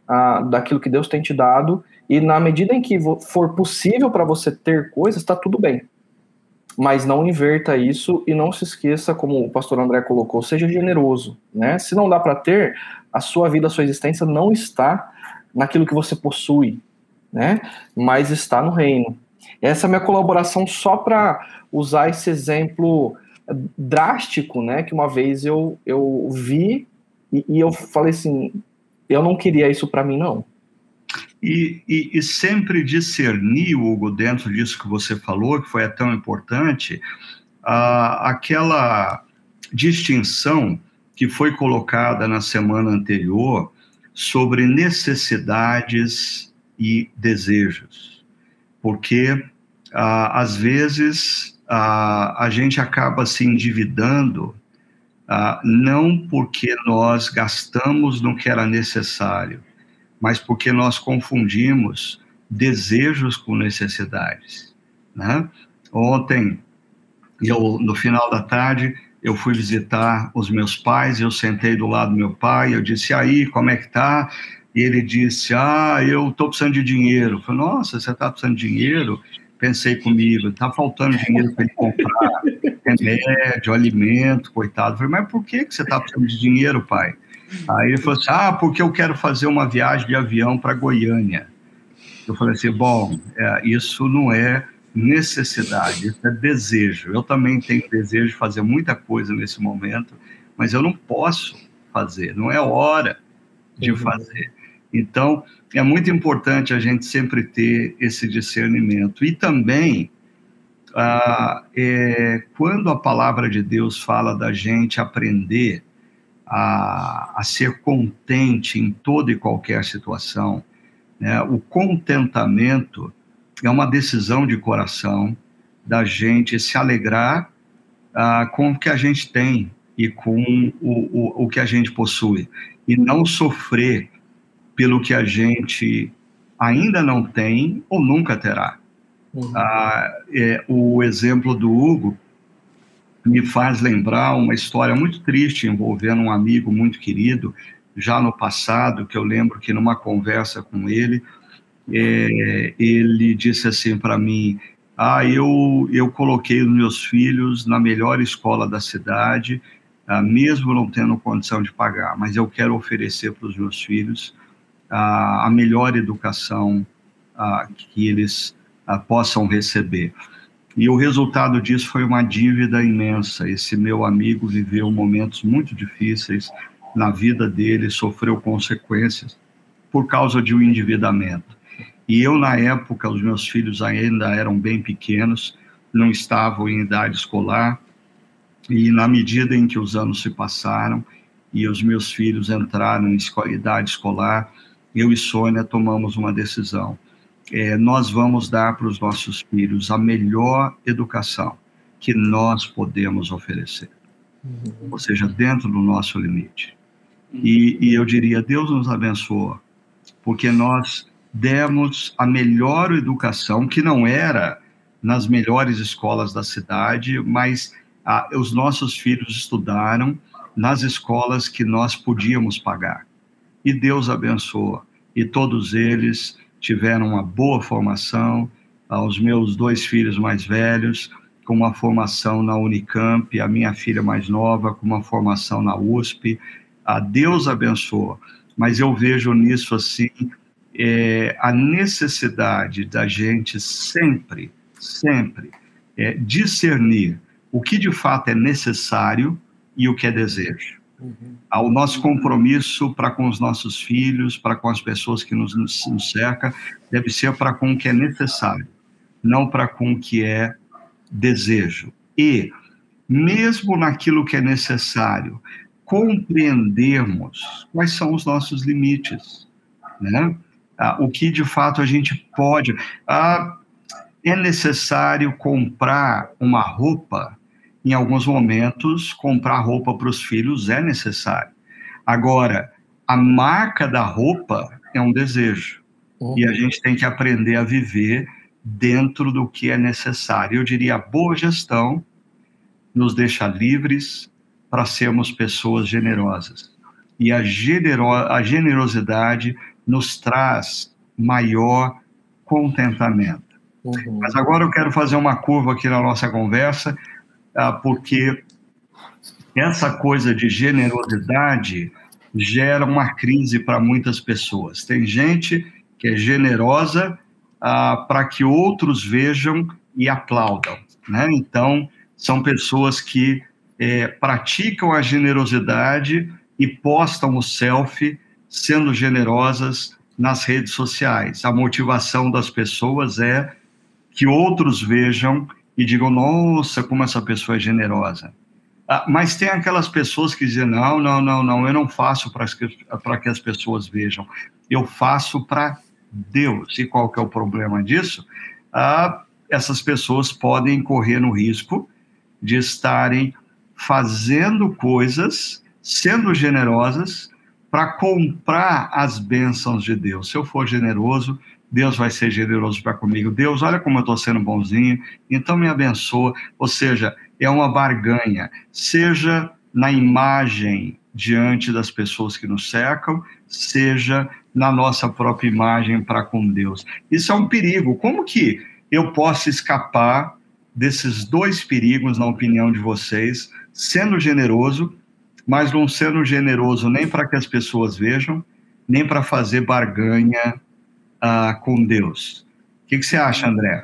ah, daquilo que Deus tem te dado, e na medida em que for possível para você ter coisas, está tudo bem. Mas não inverta isso e não se esqueça, como o pastor André colocou, seja generoso, né? Se não dá para ter, a sua vida, a sua existência não está naquilo que você possui, né? Mas está no reino. Essa é a minha colaboração só para usar esse exemplo drástico, né? Que uma vez eu, eu vi e, e eu falei assim, eu não queria isso para mim, não. E, e, e sempre discernir, Hugo, dentro disso que você falou, que foi tão importante, a, aquela distinção que foi colocada na semana anterior sobre necessidades e desejos. Porque, a, às vezes, a, a gente acaba se endividando, a, não porque nós gastamos no que era necessário, mas porque nós confundimos desejos com necessidades, né? Ontem, eu, no final da tarde, eu fui visitar os meus pais, eu sentei do lado do meu pai, eu disse, aí, como é que tá? E ele disse, ah, eu estou precisando de dinheiro. Eu falei, nossa, você está precisando de dinheiro? Pensei comigo, está faltando dinheiro para ele comprar remédio, alimento, coitado. Eu falei, mas por que, que você está precisando de dinheiro, pai? Aí ele falou assim, ah, porque eu quero fazer uma viagem de avião para Goiânia. Eu falei assim, bom, é, isso não é necessidade, isso é desejo. Eu também tenho desejo de fazer muita coisa nesse momento, mas eu não posso fazer, não é hora de fazer. Então, é muito importante a gente sempre ter esse discernimento. E também, ah, é, quando a palavra de Deus fala da gente aprender A, a ser contente em toda e qualquer situação, né? O contentamento é uma decisão de coração da gente se alegrar ah, com o que a gente tem e com o, o, o que a gente possui, e não sofrer pelo que a gente ainda não tem ou nunca terá. Uhum. Ah, é, o exemplo do Hugo me faz lembrar uma história muito triste envolvendo um amigo muito querido, já no passado, que eu lembro que numa conversa com ele, é, ele disse assim para mim, ah, eu, eu coloquei os meus filhos na melhor escola da cidade, ah, mesmo não tendo condição de pagar, mas eu quero oferecer para os meus filhos ah, a melhor educação ah, que eles ah, possam receber. E o resultado disso foi uma dívida imensa. Esse meu amigo viveu momentos muito difíceis na vida dele, sofreu consequências por causa de um endividamento. E eu, na época, os meus filhos ainda eram bem pequenos, não estavam em idade escolar, e na medida em que os anos se passaram e os meus filhos entraram em idade escolar, eu e Sônia tomamos uma decisão. É, nós vamos dar para os nossos filhos a melhor educação que nós podemos oferecer, uhum. Ou seja, dentro do nosso limite. E, e eu diria, Deus nos abençoa, porque nós demos a melhor educação, que não era nas melhores escolas da cidade, mas ah, os nossos filhos estudaram nas escolas que nós podíamos pagar. E Deus abençoa, e todos eles tiveram uma boa formação, os meus dois filhos mais velhos com uma formação na Unicamp, a minha filha mais nova com uma formação na U S P, a Deus abençoa, mas eu vejo nisso assim, é, a necessidade da gente sempre, sempre é, discernir o que de fato é necessário e o que é desejo. Uhum. O nosso compromisso para com os nossos filhos, para com as pessoas que nos, nos cercam, deve ser para com o que é necessário, não para com o que é desejo. E, mesmo naquilo que é necessário, compreendermos quais são os nossos limites, né? Ah, o que de fato a gente pode... Ah, é necessário comprar uma roupa. Em alguns momentos, comprar roupa para os filhos é necessário. Agora, a marca da roupa é um desejo. Uhum. E a gente tem que aprender a viver dentro do que é necessário. Eu diria, a boa gestão nos deixa livres para sermos pessoas generosas. E a, genero- a generosidade nos traz maior contentamento. Uhum. Mas agora eu quero fazer uma curva aqui na nossa conversa, porque essa coisa de generosidade gera uma crise para muitas pessoas. Tem gente que é generosa ah, para que outros vejam e aplaudam, né? Então, são pessoas que é, praticam a generosidade e postam o selfie sendo generosas nas redes sociais. A motivação das pessoas é que outros vejam e digam, nossa, como essa pessoa é generosa. Ah, mas tem aquelas pessoas que dizem, não, não, não, não, eu não faço para que, para que as pessoas vejam, eu faço para Deus. E qual que é o problema disso? Ah, essas pessoas podem correr no risco de estarem fazendo coisas, sendo generosas, para comprar as bênçãos de Deus. Se eu for generoso, Deus vai ser generoso para comigo. Deus, olha como eu estou sendo bonzinho, então me abençoa. Ou seja, é uma barganha, seja na imagem diante das pessoas que nos cercam, seja na nossa própria imagem para com Deus. Isso é um perigo. Como que eu posso escapar desses dois perigos, na opinião de vocês, sendo generoso, mas não sendo generoso nem para que as pessoas vejam, nem para fazer barganha uh, com Deus? O que, que você acha, André?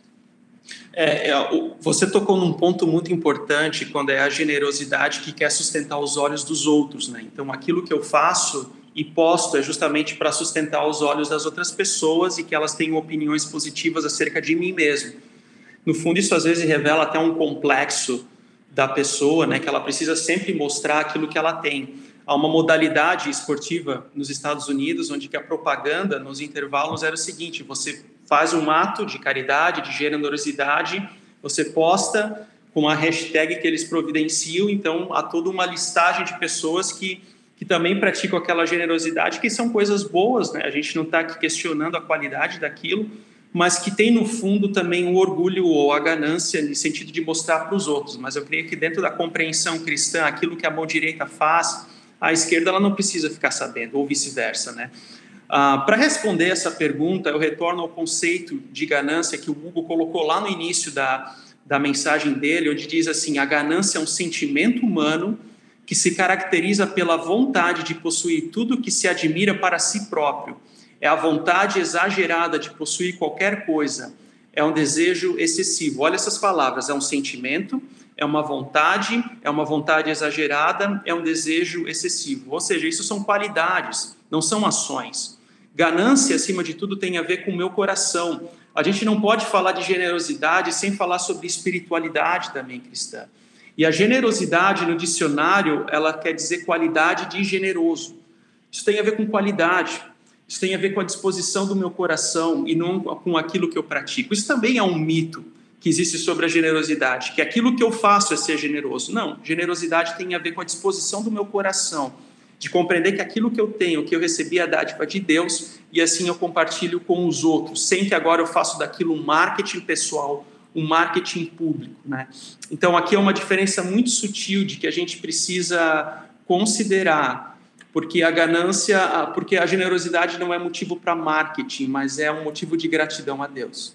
É, é, você tocou num ponto muito importante, quando é a generosidade que quer sustentar os olhos dos outros, né? Então, aquilo que eu faço e posto é justamente para sustentar os olhos das outras pessoas e que elas tenham opiniões positivas acerca de mim mesmo. No fundo, isso às vezes revela até um complexo da pessoa, né? Que ela precisa sempre mostrar aquilo que ela tem. Há uma modalidade esportiva nos Estados Unidos, onde que a propaganda nos intervalos era o seguinte: você faz um ato de caridade, de generosidade, você posta com a hashtag que eles providenciam, então há toda uma listagem de pessoas que, que também praticam aquela generosidade, que são coisas boas, né? A gente não está aqui questionando a qualidade daquilo, mas que tem no fundo também o orgulho ou a ganância no sentido de mostrar para os outros. Mas eu creio que dentro da compreensão cristã, aquilo que a mão direita faz, a esquerda ela não precisa ficar sabendo, ou vice-versa, né? Ah, para responder essa pergunta, eu retorno ao conceito de ganância que o Hugo colocou lá no início da, da mensagem dele, onde diz assim: a ganância é um sentimento humano que se caracteriza pela vontade de possuir tudo que se admira para si próprio. É a vontade exagerada de possuir qualquer coisa. É um desejo excessivo. Olha essas palavras: é um sentimento, é uma vontade, é uma vontade exagerada, é um desejo excessivo. Ou seja, isso são qualidades, não são ações. Ganância, acima de tudo, tem a ver com o meu coração. A gente não pode falar de generosidade sem falar sobre espiritualidade também cristã. E a generosidade, no dicionário, ela quer dizer qualidade de generoso. Isso tem a ver com qualidade. Isso tem a ver com a disposição do meu coração e não com aquilo que eu pratico. Isso também é um mito que existe sobre a generosidade, que aquilo que eu faço é ser generoso. Não, generosidade tem a ver com a disposição do meu coração, de compreender que aquilo que eu tenho, que eu recebi é a dádiva de Deus, e assim eu compartilho com os outros, sem que agora eu faço daquilo um marketing pessoal, um marketing público, né? Então aqui é uma diferença muito sutil de que a gente precisa considerar, porque a ganância, porque a generosidade não é motivo para marketing, mas é um motivo de gratidão a Deus.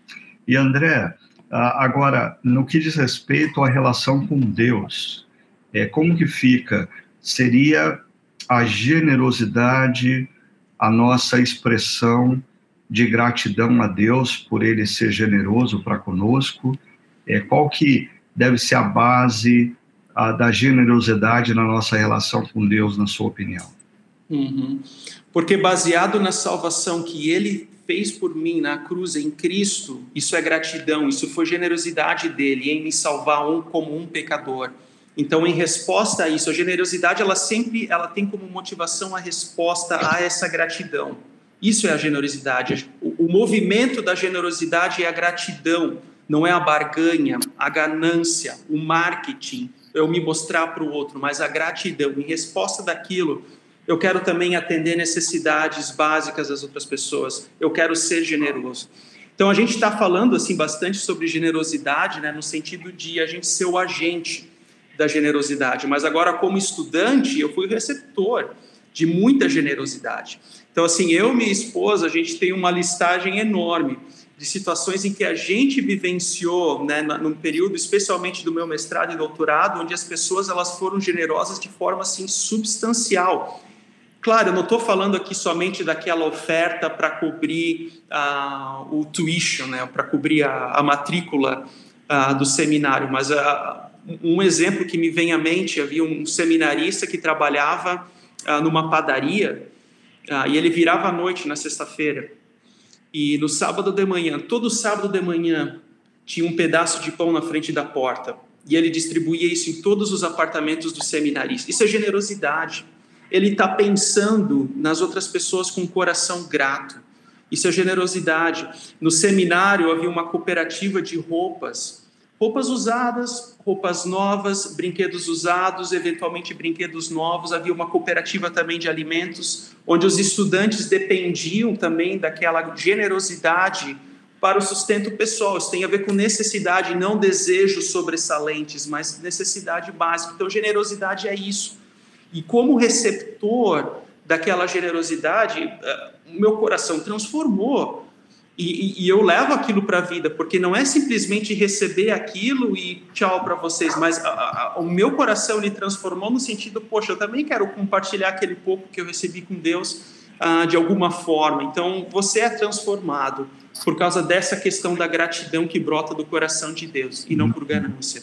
E André, agora, no que diz respeito à relação com Deus, é, como que fica? Seria a generosidade a nossa expressão de gratidão a Deus por Ele ser generoso para conosco? É, qual que deve ser a base a, da generosidade na nossa relação com Deus, na sua opinião? Uhum. Porque baseado na salvação que Ele fez por mim na cruz em Cristo, isso é gratidão, isso foi generosidade dele em me salvar um como um pecador. Então, em resposta a isso, a generosidade ela sempre ela tem como motivação a resposta a essa gratidão. Isso é a generosidade. O, o movimento da generosidade é a gratidão, não é a barganha, a ganância, o marketing, eu me mostrar para o outro, mas a gratidão. Em resposta daquilo, eu quero também atender necessidades básicas das outras pessoas. Eu quero ser generoso. Então, a gente está falando assim, bastante sobre generosidade, né, no sentido de a gente ser o agente da generosidade. Mas agora, como estudante, eu fui o receptor de muita generosidade. Então, assim, eu e minha esposa, a gente tem uma listagem enorme de situações em que a gente vivenciou, né, num período, especialmente do meu mestrado e doutorado, onde as pessoas elas foram generosas de forma assim, substancial. Claro, eu não estou falando aqui somente daquela oferta para cobrir uh, o tuition, né, para cobrir a, a matrícula uh, do seminário, mas uh, um exemplo que me vem à mente, havia um seminarista que trabalhava uh, numa padaria uh, e ele virava à noite na sexta-feira. E no sábado de manhã, todo sábado de manhã, tinha um pedaço de pão na frente da porta. E ele distribuía isso em todos os apartamentos do seminarista. Isso é generosidade. Ele está pensando nas outras pessoas com um coração grato. Isso é generosidade. No seminário havia uma cooperativa de roupas. Roupas usadas, roupas novas, brinquedos usados, eventualmente brinquedos novos. Havia uma cooperativa também de alimentos, onde os estudantes dependiam também daquela generosidade para o sustento pessoal. Isso tem a ver com necessidade, não desejos sobressalentes, mas necessidade básica. Então, generosidade é isso. E como receptor daquela generosidade, o meu coração transformou. E, e, e eu levo aquilo para a vida, porque não é simplesmente receber aquilo e tchau para vocês, mas a, a, o meu coração ele transformou no sentido, poxa, eu também quero compartilhar aquele pouco que eu recebi com Deus ah, de alguma forma. Então, você é transformado por causa dessa questão da gratidão que brota do coração de Deus, e não por ganância.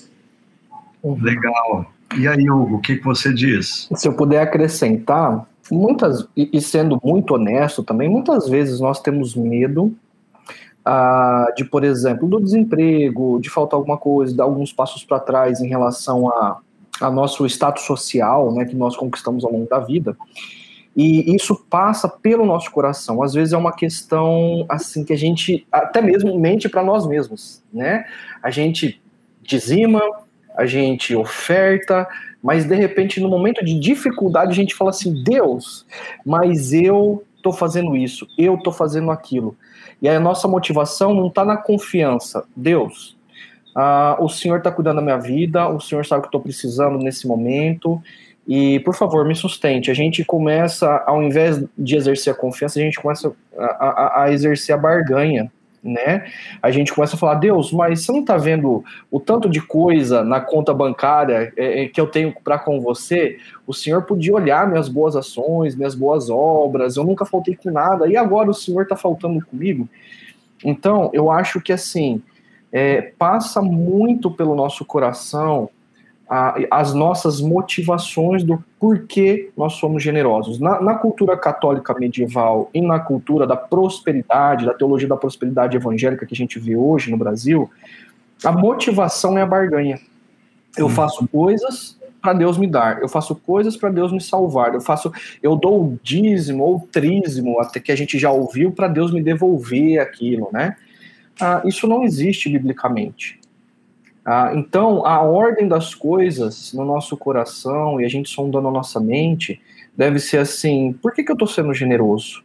Legal. E aí, Hugo, o que, que você diz? Se eu puder acrescentar, muitas, e sendo muito honesto também, muitas vezes nós temos medo Ah, de, por exemplo, do desemprego, de faltar alguma coisa, dar alguns passos para trás em relação a, a nosso status social, né, que nós conquistamos ao longo da vida, e isso passa pelo nosso coração. Às vezes é uma questão assim que a gente até mesmo mente para nós mesmos, né? A gente dizima, a gente oferta, mas de repente no momento de dificuldade a gente fala assim, Deus, mas eu estou fazendo isso, eu estou fazendo aquilo. E aí a nossa motivação não está na confiança. Deus, ah, o Senhor está cuidando da minha vida, o Senhor sabe o que eu estou precisando nesse momento, e, por favor, me sustente. A gente começa, ao invés de exercer a confiança, a gente começa a, a, a exercer a barganha, né? A gente começa a falar, Deus, mas você não está vendo o tanto de coisa na conta bancária é, que eu tenho para com você? O Senhor podia olhar minhas boas ações, minhas boas obras, eu nunca faltei com nada, e agora o Senhor está faltando comigo? Então, eu acho que assim, é, passa muito pelo nosso coração a, as nossas motivações do porquê nós somos generosos. Na, na cultura católica medieval e na cultura da prosperidade, da teologia da prosperidade evangélica que a gente vê hoje no Brasil, a motivação é a barganha. Eu faço coisas para Deus me dar, eu faço coisas para Deus me salvar, eu faço, eu dou o dízimo ou o trízimo, até que a gente já ouviu, para Deus me devolver aquilo, né? Ah, isso não existe biblicamente. Ah, então, a ordem das coisas no nosso coração e a gente sondando a nossa mente deve ser assim, por que que eu estou sendo generoso?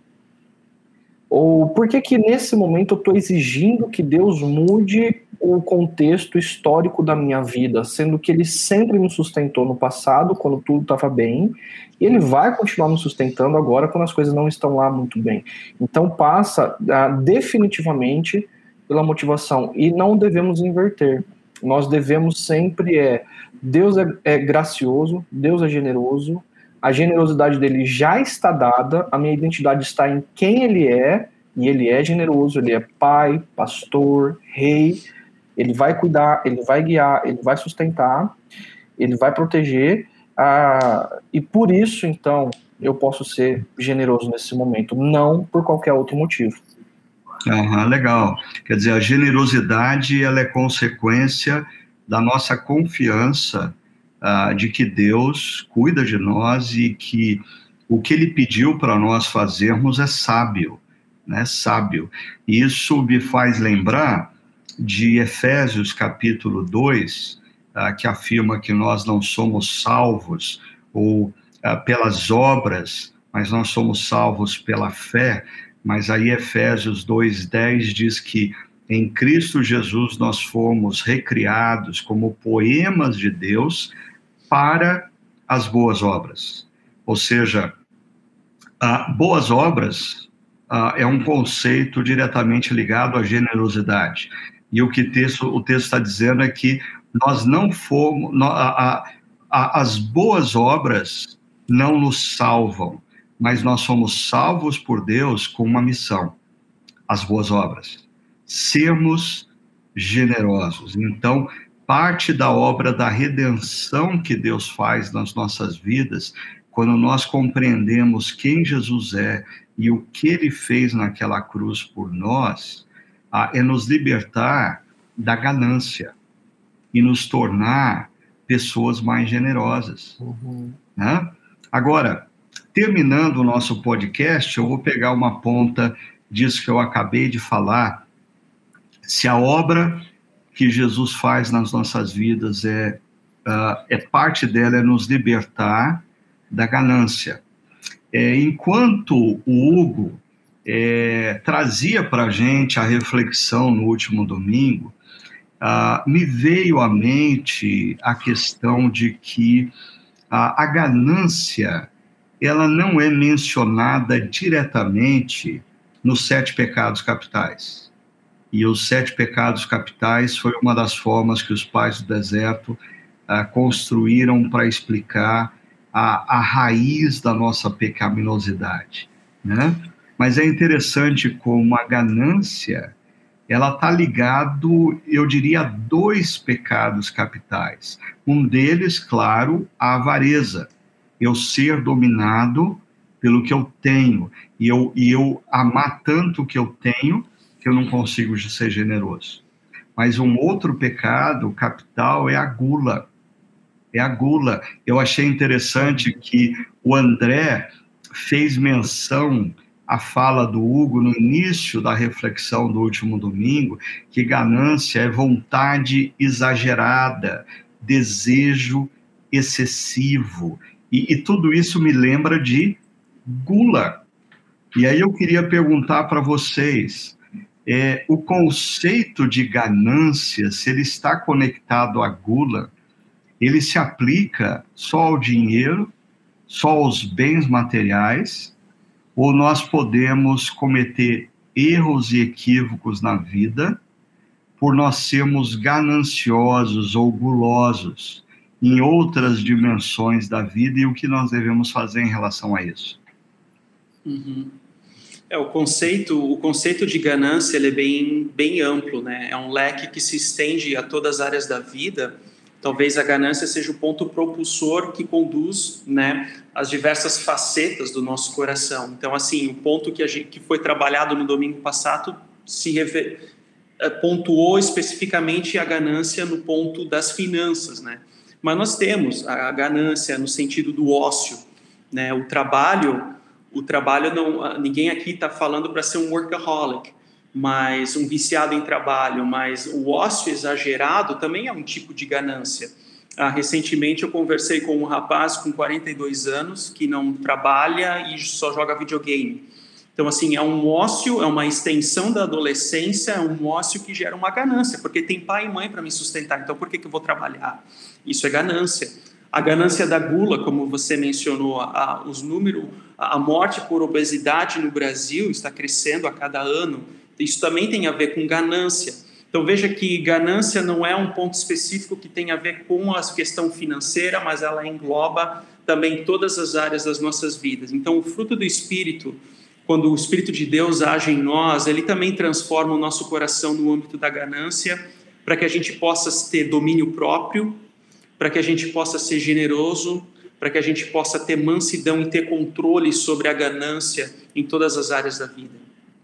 Ou por que que nesse momento eu estou exigindo que Deus mude o contexto histórico da minha vida, sendo que Ele sempre me sustentou no passado, quando tudo estava bem, e Ele vai continuar me sustentando agora, quando as coisas não estão lá muito bem. Então passa ah, definitivamente pela motivação, e não devemos inverter. Nós devemos sempre, é, Deus é, é gracioso, Deus é generoso, a generosidade dele já está dada, a minha identidade está em quem ele é, e ele é generoso, ele é pai, pastor, rei, ele vai cuidar, ele vai guiar, ele vai sustentar, ele vai proteger, ah, e por isso, então, eu posso ser generoso nesse momento, não por qualquer outro motivo. Uhum, legal. Quer dizer, a generosidade ela é consequência da nossa confiança uh, de que Deus cuida de nós e que o que Ele pediu para nós fazermos é sábio, né? Sábio. Isso me faz lembrar de Efésios capítulo dois, uh, que afirma que nós não somos salvos ou uh, pelas obras, mas nós somos salvos pela fé. Mas aí Efésios dois, dez diz que em Cristo Jesus nós fomos recriados como poemas de Deus para as boas obras. Ou seja, Ah, boas obras ah, é um conceito diretamente ligado à generosidade. E o que texto, o texto está dizendo é que nós não fomos... nó- a- a- a- as boas obras não nos salvam, mas nós somos salvos por Deus com uma missão. As boas obras. Sermos generosos. Então, parte da obra da redenção que Deus faz nas nossas vidas, quando nós compreendemos quem Jesus é e o que ele fez naquela cruz por nós, ah, é nos libertar da ganância e nos tornar pessoas mais generosas. Uhum. Né? Agora, terminando o nosso podcast, eu vou pegar uma ponta disso que eu acabei de falar. Se a obra que Jesus faz nas nossas vidas é, uh, é parte dela, é nos libertar da ganância. É, enquanto o Hugo é, trazia para a gente a reflexão no último domingo, uh, me veio à mente a questão de que a, a ganância ela não é mencionada diretamente nos sete pecados capitais. E os sete pecados capitais foi uma das formas que os pais do deserto ah, construíram para explicar a, a raiz da nossa pecaminosidade, né? Mas é interessante como a ganância, ela está ligado, eu diria, a dois pecados capitais. Um deles, claro, a avareza. Eu ser dominado pelo que eu tenho, e eu, e eu amar tanto o que eu tenho, que eu não consigo ser generoso. Mas um outro pecado capital é a gula. É a gula. Eu achei interessante que o André fez menção à fala do Hugo no início da reflexão do último domingo, que ganância é vontade exagerada, desejo excessivo. E, e tudo isso me lembra de gula. E aí eu queria perguntar para vocês, é, o conceito de ganância, se ele está conectado à gula, ele se aplica só ao dinheiro, só aos bens materiais, ou nós podemos cometer erros e equívocos na vida por nós sermos gananciosos ou gulosos em outras dimensões da vida, e o que nós devemos fazer em relação a isso? Uhum. É, o conceito, o conceito de ganância ele é bem, bem amplo, né? É um leque que se estende a todas as áreas da vida. Talvez a ganância seja o ponto propulsor que conduz, né, as diversas facetas do nosso coração. Então, assim, o ponto que, a gente, que foi trabalhado no domingo passado se refer, pontuou especificamente a ganância no ponto das finanças, né? Mas nós temos a ganância no sentido do ócio, né? O trabalho, o trabalho não, ninguém aqui está falando para ser um workaholic, mas um viciado em trabalho, mas o ócio exagerado também é um tipo de ganância. Ah, recentemente eu conversei com um rapaz com quarenta e dois anos que não trabalha e só joga videogame. Então, assim, é um ócio, é uma extensão da adolescência, é um ócio que gera uma ganância, porque tem pai e mãe para me sustentar, então por que, que eu vou trabalhar? Isso é ganância. A ganância da gula, como você mencionou, a, os números, a morte por obesidade no Brasil está crescendo a cada ano. Isso também tem a ver com ganância. Então, veja que ganância não é um ponto específico que tem a ver com a questão financeira, mas ela engloba também todas as áreas das nossas vidas. Então, o fruto do Espírito, quando o Espírito de Deus age em nós, ele também transforma o nosso coração no âmbito da ganância, para que a gente possa ter domínio próprio, para que a gente possa ser generoso, para que a gente possa ter mansidão e ter controle sobre a ganância em todas as áreas da vida.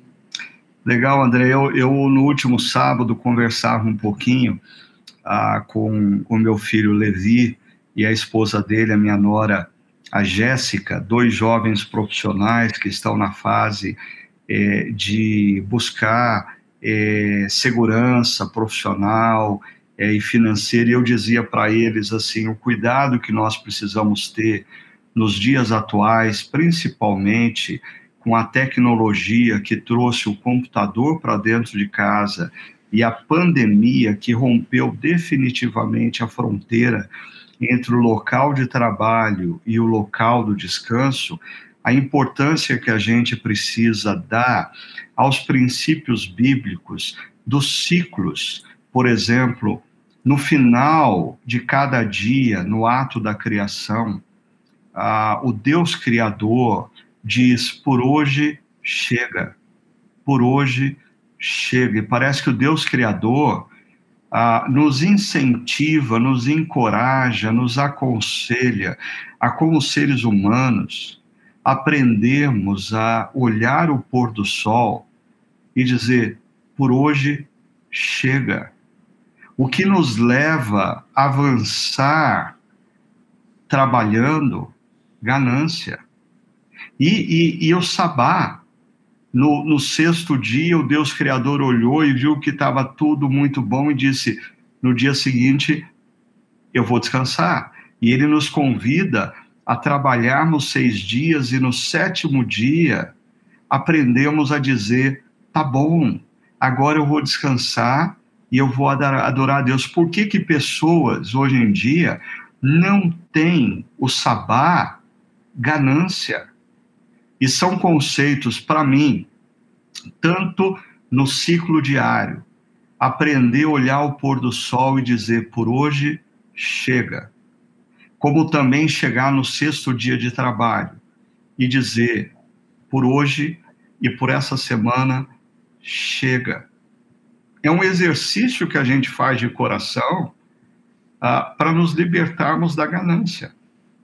Legal, André. Eu, eu no último sábado conversava um pouquinho ah, com o meu filho Levi e a esposa dele, a minha nora, a Jéssica, dois jovens profissionais que estão na fase eh, de buscar eh, segurança profissional eh, e financeira. E eu dizia para eles assim, o cuidado que nós precisamos ter nos dias atuais, principalmente com a tecnologia que trouxe o computador para dentro de casa e a pandemia que rompeu definitivamente a fronteira entre o local de trabalho e o local do descanso, a importância que a gente precisa dar aos princípios bíblicos dos ciclos. Por exemplo, no final de cada dia, no ato da criação, ah, o Deus Criador diz, por hoje chega, por hoje chega. E parece que o Deus Criador ah, nos incentiva, nos encoraja, nos aconselha a, como seres humanos, aprendermos a olhar o pôr do sol e dizer, por hoje chega. O que nos leva a avançar trabalhando, ganância. E, e, e o sabá, no, no sexto dia, o Deus Criador olhou e viu que estava tudo muito bom e disse, no dia seguinte, eu vou descansar. E ele nos convida a trabalharmos seis dias e no sétimo dia aprendemos a dizer, tá bom, agora eu vou descansar e eu vou adorar a Deus. Por que que pessoas, hoje em dia, não têm o sabá, ganância? E são conceitos, para mim, tanto no ciclo diário, aprender a olhar o pôr do sol e dizer, por hoje, chega. Como também chegar no sexto dia de trabalho e dizer, por hoje e por essa semana, chega. É um exercício que a gente faz de coração ah, para nos libertarmos da ganância.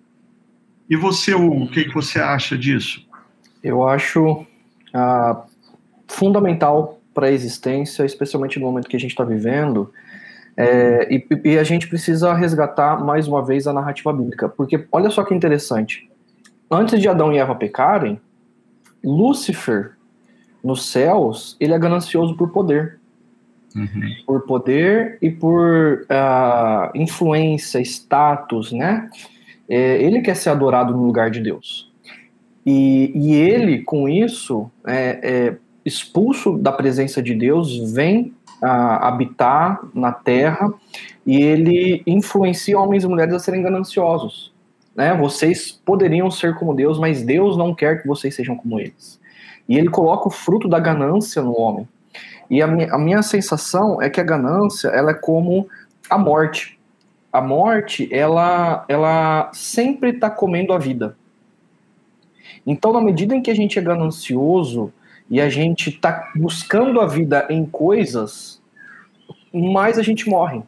E você, o que, que você acha disso? Eu acho ah, fundamental para a existência, especialmente no momento que a gente está vivendo, é, e, e a gente precisa resgatar mais uma vez a narrativa bíblica, porque olha só que interessante, antes de Adão e Eva pecarem, Lúcifer, nos céus, ele é ganancioso por poder. Uhum. Por poder e por uh, influência, status, né? É, ele quer ser adorado no lugar de Deus. E, e ele, com isso, é, é, expulso da presença de Deus, vem uh, habitar na terra e ele influencia homens e mulheres a serem gananciosos. Né? Vocês poderiam ser como Deus, mas Deus não quer que vocês sejam como eles. E ele coloca o fruto da ganância no homem. E a minha, a minha sensação é que a ganância, ela é como a morte. A morte, ela, ela sempre está comendo a vida. Então, na medida em que a gente é ganancioso e a gente está buscando a vida em coisas, mais a gente morre.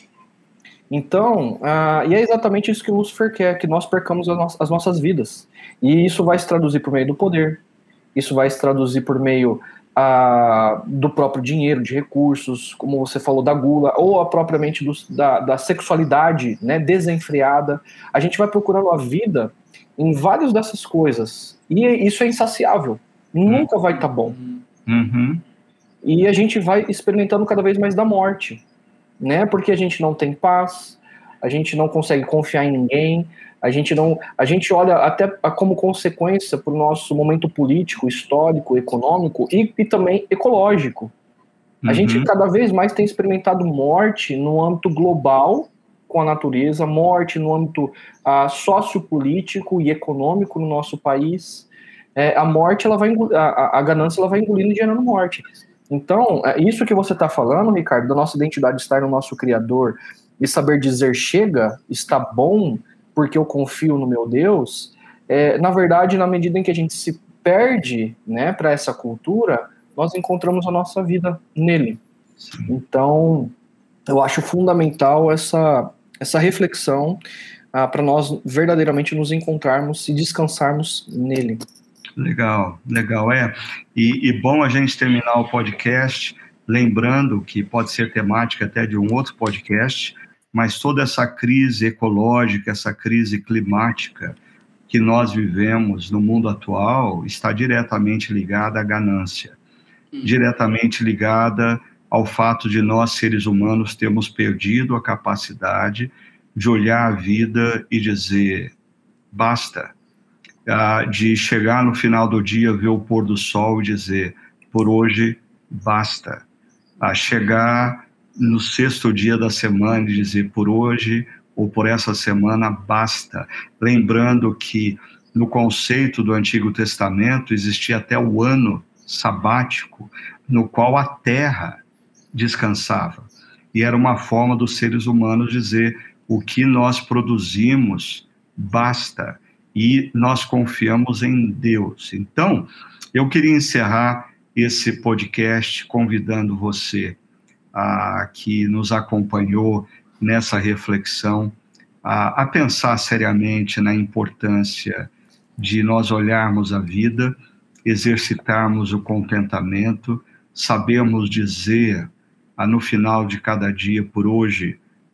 Então, uh, e é exatamente isso que o Lúcifer quer, que nós percamos as, no- as nossas vidas. E isso vai se traduzir por meio do poder, isso vai se traduzir por meio ah, do próprio dinheiro, de recursos, como você falou, da gula, ou a propriamente do, da, da sexualidade, né, desenfreada. A gente vai procurando a vida em várias dessas coisas. E isso é insaciável. Nunca vai estar bom. Uhum. E a gente vai experimentando cada vez mais da morte, né? Porque a gente não tem paz, a gente não consegue confiar em ninguém, a gente não, a gente olha até como consequência para o nosso momento político, histórico, econômico e, e também ecológico. A Uhum. gente cada vez mais tem experimentado morte no âmbito global com a natureza, morte no âmbito ah, sociopolítico e econômico no nosso país. É, a morte, ela vai engol- a, a ganância, ela vai engolindo e gerando morte. Então, é isso que você está falando, Ricardo, da nossa identidade estar no nosso Criador e saber dizer chega, está bom, porque eu confio no meu Deus, é, na verdade, na medida em que a gente se perde, né, para essa cultura, nós encontramos a nossa vida nele. Sim. Então, eu acho fundamental essa, essa reflexão ah, para nós verdadeiramente nos encontrarmos e descansarmos nele. Legal, legal, é. E, e bom a gente terminar o podcast lembrando que pode ser temática até de um outro podcast, mas toda essa crise ecológica, essa crise climática que nós vivemos no mundo atual está diretamente ligada à ganância, hum. diretamente ligada ao fato de nós, seres humanos, termos perdido a capacidade de olhar a vida e dizer, basta, uh, de chegar no final do dia, ver o pôr do sol e dizer, por hoje, basta. Uh, chegar no sexto dia da semana e dizer, por hoje ou por essa semana, basta. Lembrando que no conceito do Antigo Testamento, existia até o ano sabático, no qual a terra descansava. E era uma forma dos seres humanos dizer: o que nós produzimos basta, e nós confiamos em Deus. Então, eu queria encerrar esse podcast convidando você a, que nos acompanhou nessa reflexão a, a pensar seriamente na importância de nós olharmos a vida, exercitarmos o contentamento, sabermos dizer a, no final de cada dia: por hoje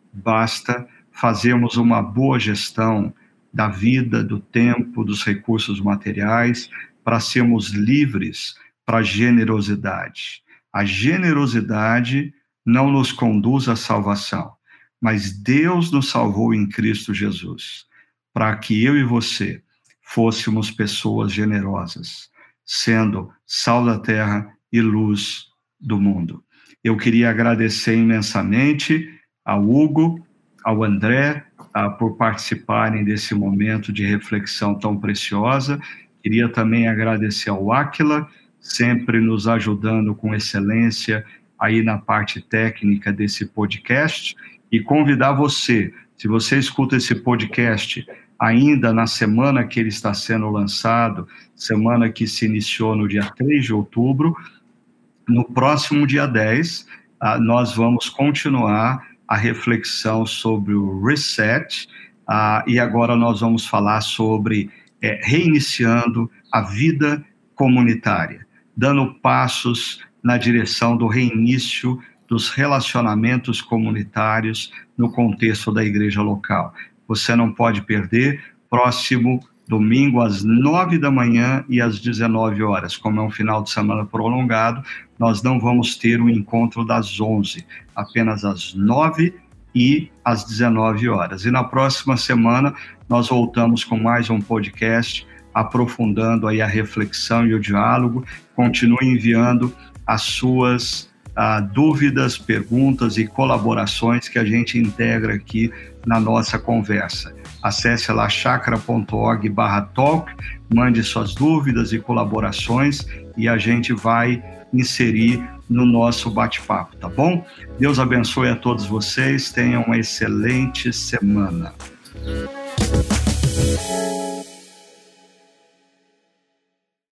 basta, fazermos uma boa gestão da vida, do tempo, dos recursos materiais, para sermos livres para a generosidade. A generosidade não nos conduz à salvação, mas Deus nos salvou em Cristo Jesus, para que eu e você fôssemos pessoas generosas, sendo sal da terra e luz do mundo. Eu queria agradecer imensamente ao Hugo, ao André, uh, por participarem desse momento de reflexão tão preciosa. Queria também agradecer ao Áquila, sempre nos ajudando com excelência aí na parte técnica desse podcast, e convidar você, se você escuta esse podcast ainda na semana que ele está sendo lançado, semana que se iniciou no dia três de outubro, no próximo dia dez, uh, nós vamos continuar a reflexão sobre o Reset, uh, e agora nós vamos falar sobre é, reiniciando a vida comunitária, dando passos na direção do reinício dos relacionamentos comunitários no contexto da igreja local. Você não pode perder, próximo domingo às nove da manhã e às dezenove horas. Como é um final de semana prolongado, nós não vamos ter o encontro das onze, apenas às nove e às dezenove horas. E na próxima semana nós voltamos com mais um podcast, aprofundando aí a reflexão e o diálogo. Continue enviando as suas uh, dúvidas, perguntas e colaborações que a gente integra aqui na nossa conversa. Acesse lá chakra ponto org barra talk, mande suas dúvidas e colaborações e a gente vai inserir no nosso bate-papo, tá bom? Deus abençoe a todos vocês, tenham uma excelente semana.